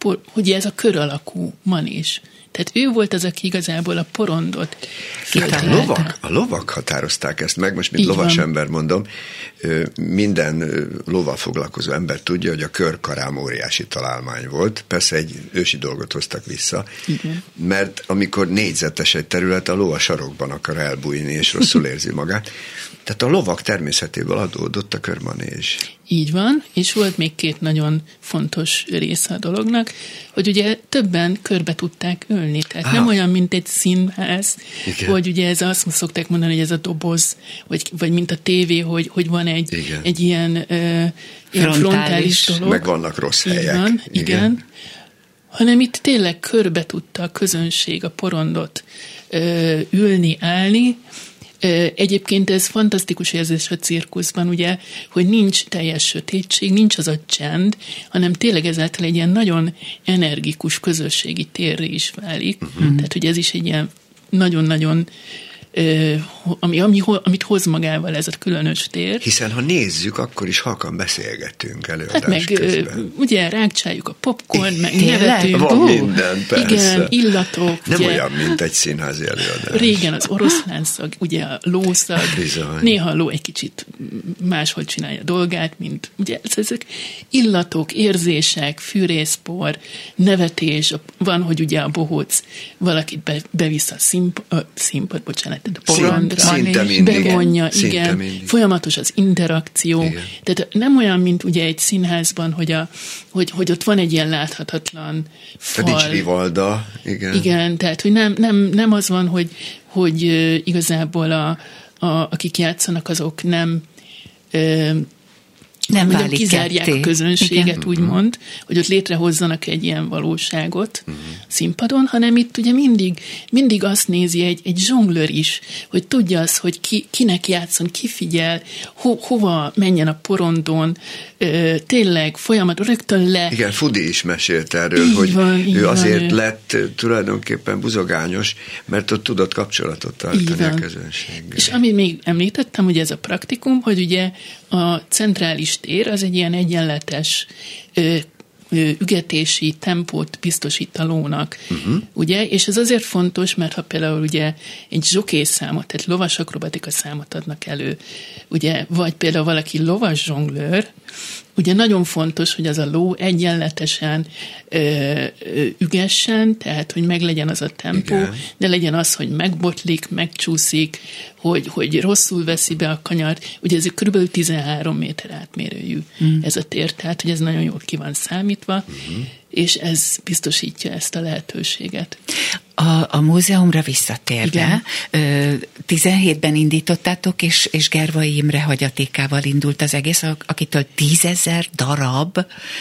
por, hogy ez a kör alakú manés. Tehát ő volt az, aki igazából a porondot Hát a lovak, a lovak határozták ezt meg, most mint lovas ember mondom, minden lova foglalkozó ember tudja, hogy a körkarám óriási találmány volt. Persze egy ősi dolgot hoztak vissza, igen. Mert amikor négyzetes egy terület, a ló a sarokban akar elbújni, és rosszul érzi magát. Tehát a lovak természetéből adódott a körmanés. Így van, és volt még két nagyon fontos része a dolognak, hogy ugye többen körbe tudták ölni, tehát ah. nem olyan, mint egy színház, igen. Hogy ugye ez azt szokták mondani, hogy ez a doboz, vagy, vagy mint a tévé, hogy, hogy van egy, egy ilyen, uh, ilyen frontális dolog. Meg vannak rossz helyek. Van, igen. igen. Hanem itt tényleg körbe tudta a közönség a porondot uh, ülni, állni. Egyébként ez fantasztikus érzés a cirkuszban, ugye, hogy nincs teljes sötétség, nincs az a csend, hanem tényleg ezáltal egy ilyen nagyon energikus közösségi térre is válik. Uh-huh. Tehát, hogy ez is egy ilyen nagyon-nagyon ami, ami, amit hoz magával ez a különös tér. Hiszen ha nézzük, akkor is halkan beszélgetünk előadás hát meg, közben. Ugye rákcsáljuk a popcorn, meg nevetünk. Van ó, minden, persze. Igen, illatok. Nem ugye, olyan, mint egy színházi előadás. Régen az oroszlánszag, ugye a lószag. Bizony. Néha a ló egy kicsit máshol csinálja a dolgát, mint ugye ezek illatok, érzések, fűrészpor, nevetés, van, hogy ugye a bohóc valakit be, bevisz a színpad, a színpad, bocsánat, a porondra, bevonja, igen, mindig. Folyamatos az interakció. Igen. Tehát nem olyan, mint ugye egy színházban, hogy, a, hogy, hogy ott van egy ilyen láthatatlan fal. Nincs rivalda, igen. Igen, tehát hogy nem, nem, nem az van, hogy, hogy igazából a, a, akik játszanak, azok nem nem mondjam, kizárják ketté. A közönséget, igen. Úgymond, uh-huh. hogy ott létrehozzanak egy ilyen valóságot uh-huh. színpadon, hanem itt ugye mindig, mindig azt nézi egy, egy zsonglőr is, hogy tudja az, hogy ki, kinek játszon, ki figyel, ho, hova menjen a porondon, ö, tényleg folyamat, rögtön le. Igen, Fudi is mesélt erről, így hogy van, ő azért van, lett tulajdonképpen buzogányos, mert ott tudott kapcsolatot tartani a közönséggel. És amit még említettem, hogy ez a praktikum, hogy ugye a centrális tér az egy ilyen egyenletes ö, ö, ügetési tempót biztosít a lónak, uh-huh. ugye? És ez azért fontos, mert ha például ugye egy zsokész számot, tehát lovas akrobatika számot adnak elő, ugye, vagy például valaki lovas zsonglőr, ugye nagyon fontos, hogy az a ló egyenletesen ö, ö, ügessen, tehát, hogy meglegyen az a tempó, igen. De legyen az, hogy megbotlik, megcsúszik, hogy, hogy rosszul veszi be a kanyart. Ugye ez kb. tizenhárom méter átmérőjű mm. ez a tér, tehát, hogy ez nagyon jól ki van számítva, mm-hmm. és ez biztosítja ezt a lehetőséget. A, a múzeumra visszatérve, igen. tizenhétben indítottátok, és, és Gervai Imre hagyatékával indult az egész, akitől tízezer darab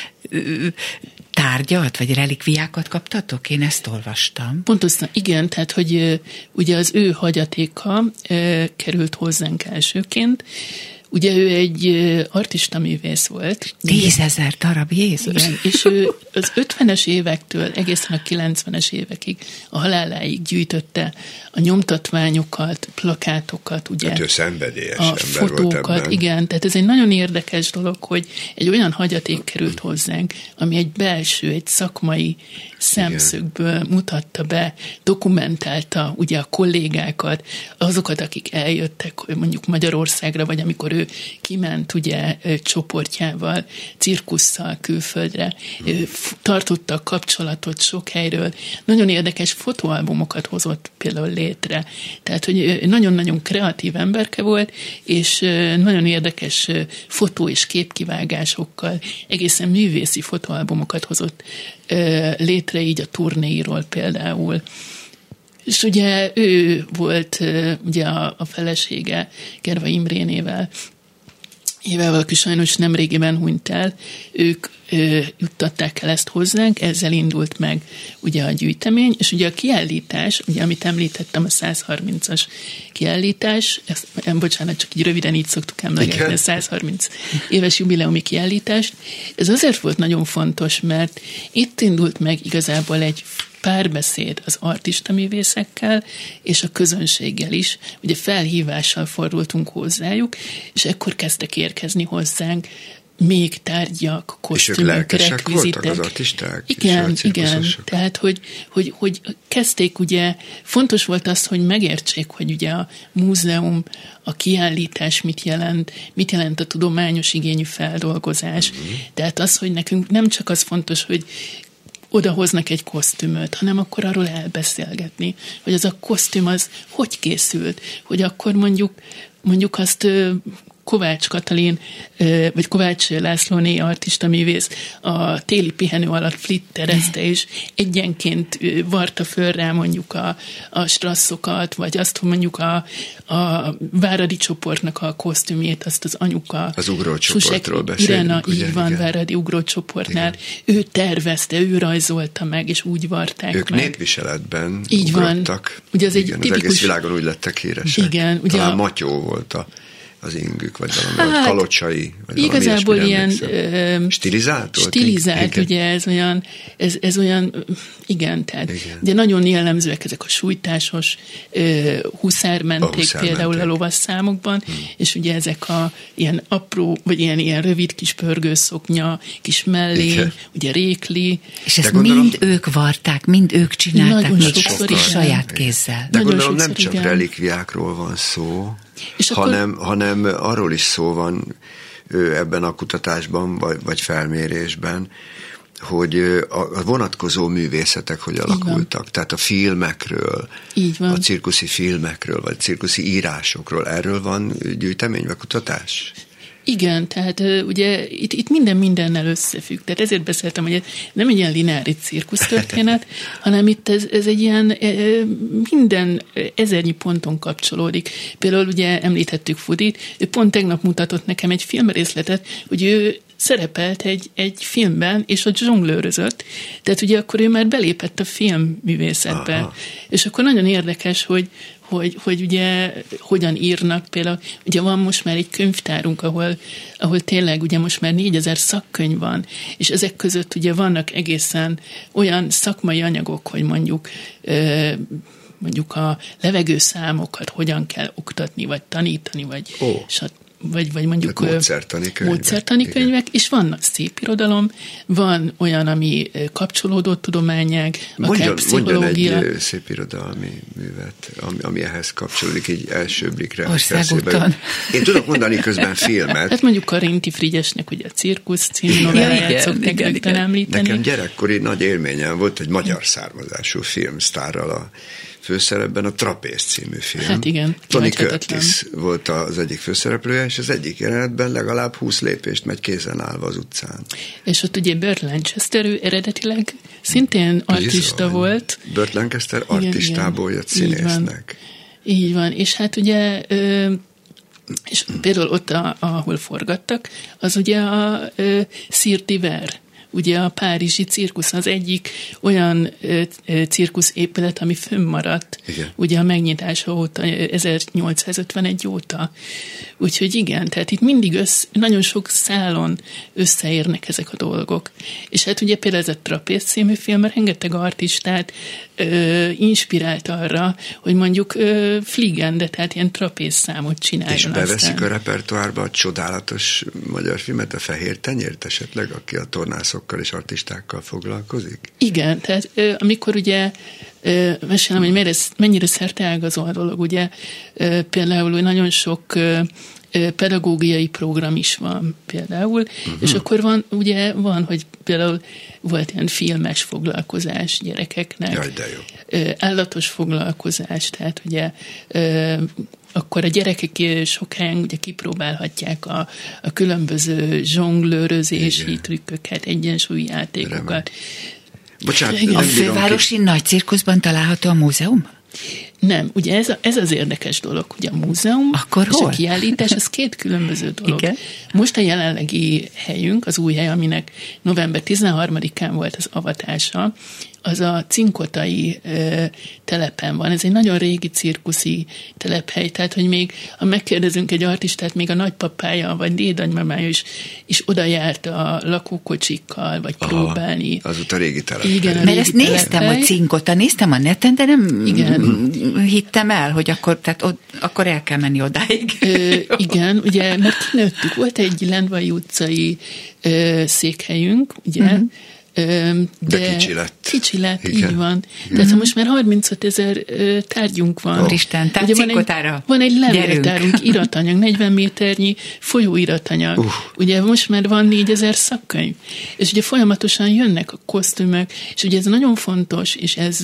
tárgyat, vagy relikviákat kaptatok? Én ezt olvastam. Pontosan, igen, tehát, hogy ugye az ő hagyatéka került hozzánk elsőként. Ugye ő egy artista művész volt. Tízezer darab, Jézus! Igen, és ő az ötvenes évektől egészen a kilencvenes évekig a haláláig gyűjtötte a nyomtatványokat, plakátokat, ugye. Hát ő szenvedélyes a ember fotókat, volt ebben. Igen, tehát ez egy nagyon érdekes dolog, hogy egy olyan hagyaték került hozzánk, ami egy belső, egy szakmai szemszögből igen. mutatta be, dokumentálta ugye a kollégákat, azokat, akik eljöttek mondjuk Magyarországra, vagy amikor ő kiment ugye csoportjával, cirkusszal külföldre, hmm. tartotta a kapcsolatot sok helyről. Nagyon érdekes fotóalbumokat hozott például létre. Tehát, hogy nagyon-nagyon kreatív emberke volt, és nagyon érdekes fotó- és képkivágásokkal egészen művészi fotóalbumokat hozott létre, így a turnéiról például. És ugye ő volt ugye a, a felesége Gervai Imrénével, évvel, aki sajnos nem régiben hunyt el, ők ö, juttatták el ezt hozzánk, ezzel indult meg ugye a gyűjtemény, és ugye a kiállítás, ugye amit említettem, a százharmincas kiállítás, ezt, bocsánat, csak így röviden így szoktuk emlegetni a százharminc éves jubileumi kiállítást, ez azért volt nagyon fontos, mert itt indult meg igazából egy párbeszéd az artista művészekkel és a közönséggel is. Ugye felhívással fordultunk hozzájuk, és ekkor kezdtek érkezni hozzánk még tárgyak, kosztümök, rekvizitek. Az artisták? Igen, igen. Tehát, hogy, hogy, hogy kezdték ugye, fontos volt az, hogy megértsék, hogy ugye a múzeum, a kiállítás mit jelent, mit jelent a tudományos igényű feldolgozás. Mm-hmm. Tehát az, hogy nekünk nem csak az fontos, hogy odahoznak egy kosztümöt, hanem akkor arról elbeszélgetni, hogy az a kosztüm az hogy készült, hogy akkor mondjuk, mondjuk azt Kovács Katalin, vagy Kovács Lászlóné artista művész a téli pihenő alatt flitterezte, és egyenként varta föl rá mondjuk a, a strasszokat, vagy azt, hogy mondjuk a, a Váradi csoportnak a kosztümét, azt az anyuka. Az ugrócsoportról beszélünk. Irena, ugye, így van, igen. Váradi ugrócsoportnál. Igen. Ő tervezte, ő rajzolta meg, és úgy varták ők meg. Ők népviseletben így ugrottak. Van. Ugye az, igen, egy tipikus... az egész világon úgy lettek híresek. Igen. Ugye talán a... Matyó volt a az ingük, vagy valami, hát, vagy kalocsai, vagy igazából ilyen ö, stilizált? Stilizált, ugye ez olyan, ez, ez olyan, igen, tehát igen. De nagyon jellemzőek ezek a sújtásos ö, huszármenték a például a lovas számokban, hmm. és ugye ezek a ilyen apró, vagy ilyen, ilyen rövid kis pörgőszoknya, kis mellény, igen. ugye rékli. És ezt gondolom, mind ők varták, mind ők csinálták, még ezt is saját kézzel. De nagyon gondolom nem csak igen. relikviákról van szó, és hanem, akkor... hanem arról is szó van ebben a kutatásban, vagy, vagy felmérésben, hogy a vonatkozó művészetek hogy alakultak. Tehát a filmekről, a cirkuszi filmekről, vagy cirkuszi írásokról. Erről van gyűjtemény, vagy kutatás? Igen, tehát ugye itt, itt minden mindennel összefügg. Tehát ezért beszéltem, hogy ez nem egy ilyen lineáris cirkusztörténet, hanem itt ez, ez egy ilyen minden ezernyi ponton kapcsolódik. Például ugye említettük Fudit, ő pont tegnap mutatott nekem egy filmrészletet, hogy ő szerepelt egy, egy filmben, és ott zsonglőrözött. Tehát ugye akkor ő már belépett a filmművészetbe. Aha. És akkor nagyon érdekes, hogy Hogy, hogy ugye hogyan írnak, például ugye van most már egy könyvtárunk, ahol, ahol tényleg ugye most már négyezer szakkönyv van, és ezek között ugye vannak egészen olyan szakmai anyagok, hogy mondjuk mondjuk a levegőszámokat hogyan kell oktatni, vagy tanítani, vagy oh. stb. Vagy, vagy mondjuk módszertani könyvek, módszertani könyvek és vannak szép irodalom, van olyan, ami kapcsolódó tudományág, akár pszichológia. Mondjon egy szép irodalmi művet, ami, ami ehhez kapcsolódik, így első blikre. Országúton. Én tudok mondani közben filmet. Hát mondjuk Karinti Frigyesnek ugye a Cirkusz című novelláját szokták rögtön említeni. Nekem gyerekkori nagy élményem volt egy magyar származású filmsztárral a főszerepben, a Trapéz című film. Hát igen. Tony Curtis volt az egyik főszereplője, és az egyik jelenetben legalább húsz lépést megy kézen állva az utcán. És ott ugye Burt Lancaster, ő eredetileg szintén artista Bizony. volt. Burt Lancaster artistából jött színésznek. Így van. Így van. És hát ugye ö, és például ott, a, ahol forgattak, az ugye a ö, Cirque d'Hiver, ugye a párizsi cirkusz az egyik olyan ö, ö, cirkuszépület, ami fönnmaradt, igen. ugye a megnyitása óta, ezernyolcszázötvenegy óta. Úgyhogy igen, tehát itt mindig össze, nagyon sok szálon összeérnek ezek a dolgok. És hát ugye például ez a Trapéz című film rengeteg artistát ö, inspirált arra, hogy mondjuk ö, Fliegende, tehát ilyen trapéz számot csináljon. És beveszik aztán a repertoárba a csodálatos magyar filmet, a Fehér tenyért esetleg, aki a tornászokkal és artistákkal foglalkozik? Igen, tehát ö, amikor ugye ö, mesélem, hogy mennyire, mennyire szerteágazó a dolog, ugye ö, például nagyon sok ö, pedagógiai program is van például, uh-huh. és akkor van, ugye van, hogy például volt ilyen filmes foglalkozás gyerekeknek, Jaj, de jó. állatos foglalkozás, tehát ugye akkor a gyerekek sokáig ugye kipróbálhatják a, a különböző zsonglőrözési igen. trükköket, egyensúlyjátékokat. Remek. Bocsánat, a fővárosi ki... nagy cirkuszban található a múzeum? Nem, ugye ez, a, ez az érdekes dolog, hogy a múzeum Akkor és hol? a kiállítás, az két különböző dolog. Igen. Most a jelenlegi helyünk, az új hely, aminek november tizenharmadikán volt az avatása, az a cinkotai ö, telepen van. Ez egy nagyon régi cirkuszi telephely, tehát, hogy még, ha megkérdezünk egy artistát, még a nagypapája, vagy dédanymamája is, is oda járt a lakókocsikkal, vagy aha, próbálni. Az ott a régi telephely. Igen, a Mert régi ezt néztem, telephely. hogy cinkota, néztem a neten, de nem igen. hittem el, hogy akkor, tehát ott, akkor el kell menni odáig. Ö, igen, ugye, mert kinőttük, volt egy Lendvai utcai ö, székhelyünk, ugye, uh-huh. De, de kicsi lett. Kicsi lett, igen. így van. Igen. Tehát most már harmincöt ezer tárgyunk van. Oh. Isten, tehát ugye van cinkotára egy, van egy levéltárunk, iratanyag, negyven méternyi folyóiratanyag. Uh. Ugye most már van négyezer szakkönyv. És ugye folyamatosan jönnek a kosztümök, és ugye ez nagyon fontos, és ez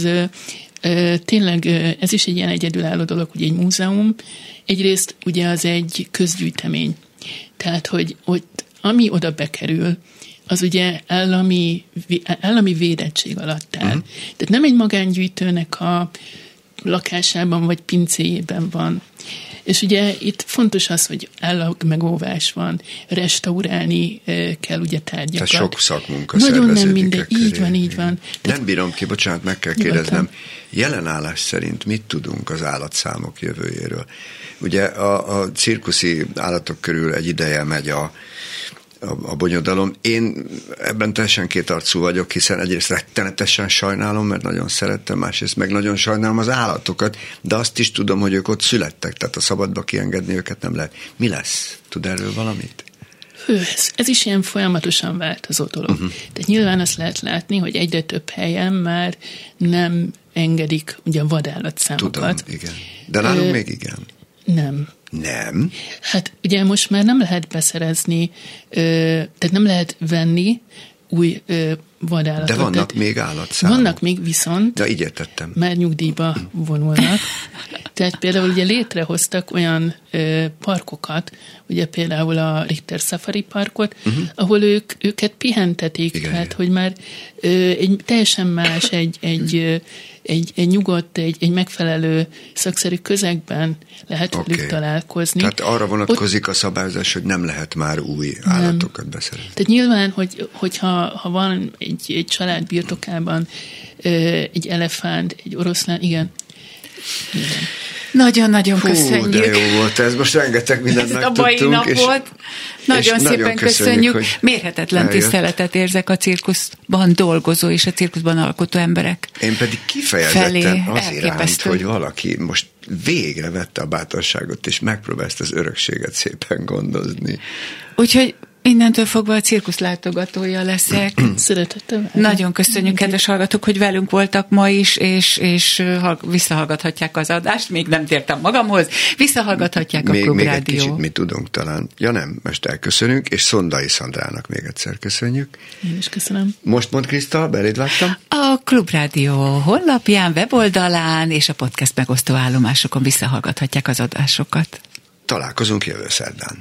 ö, tényleg ez is egy ilyen egyedülálló dolog, ugye egy múzeum. Egyrészt ugye az egy közgyűjtemény. Tehát, hogy, hogy ami oda bekerül, az ugye állami, állami védettség alatt áll. Uh-huh. Tehát nem egy magángyűjtőnek a lakásában vagy pincéjében van. És ugye itt fontos az, hogy állagmegóvás van, restaurálni kell ugye tárgyakat. Tehát sok szakmunka nagyon nem mindegy, így van, így van. Nem bírom ki, bocsánat, meg kell kérdeznem, jelenállás szerint mit tudunk az állatszámok jövőjéről? Ugye a, a cirkuszi állatok körül egy ideje megy a a, a bonyodalom. Én ebben teljesen kétarcú vagyok, hiszen egyrészt rettenetesen sajnálom, mert nagyon szerettem, másrészt meg nagyon sajnálom az állatokat, de azt is tudom, hogy ők ott születtek, tehát a szabadba kiengedni őket nem lehet. Mi lesz? Tud erről valamit? Hű, ez, ez is ilyen folyamatosan változó dolog. Uh-huh. Tehát nyilván azt lehet látni, hogy egyre több helyen már nem engedik ugye a vadállatszámokat. Tudom, igen. De nálunk Ö, még igen. Nem. Nem? Hát ugye most már nem lehet beszerezni, ö, tehát nem lehet venni új ö, vadállatot. De vannak tehát, még állatszámok. Vannak még viszont. Ja, így értettem. Már nyugdíjba vonulnak. Tehát például ugye létrehoztak olyan ö, parkokat, ugye például a Richter Safari Parkot, uh-huh. ahol ők, őket pihentetik, igen, tehát igen. hogy már ö, egy teljesen más, egy, egy, ö, egy, egy nyugodt, egy, egy megfelelő szakszerű közegben lehet okay. velük találkozni. Tehát arra vonatkozik Ott, a szabályozás, hogy nem lehet már új nem. állatokat beszerezni. Tehát nyilván, hogy, hogyha ha van egy, egy család birtokában ö, egy elefánt, egy oroszlán, igen. igen. Nagyon-nagyon Hú, köszönjük. de jó volt ez, most rengeteg mindent megtudtunk. Ez a mai nap és, volt. Nagyon és szépen nagyon köszönjük. köszönjük Mérhetetlen eljött. Tiszteletet érzek a cirkuszban dolgozó és a cirkuszban alkotó emberek Én pedig kifejezetten az iránt, hogy valaki most végre vette a bátorságot, és megpróbál ezt az örökséget szépen gondozni. Úgyhogy innentől fogva a cirkusz látogatója leszek. Szeretettem. Nagyon köszönjük, kedves hallgatók, hogy velünk voltak ma is, és, és visszahallgathatják az adást. Még nem tértem magamhoz. Visszahallgathatják még, a Klubrádió. Még egy kicsit mi tudunk talán. Ja nem, most elköszönünk, és Szondai Szandrának még egyszer köszönjük. Én is köszönöm. Most mond Kriszta, beléd vágtam. A Klubrádió honlapján, weboldalán és a podcast megosztó állomásokon visszahallgathatják az adásokat. Találkozunk jövő szerdán.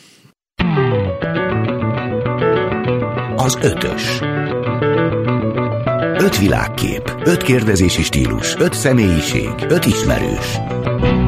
Az ötös. Öt világkép, öt kérdezési stílus, öt személyiség, öt ismerős.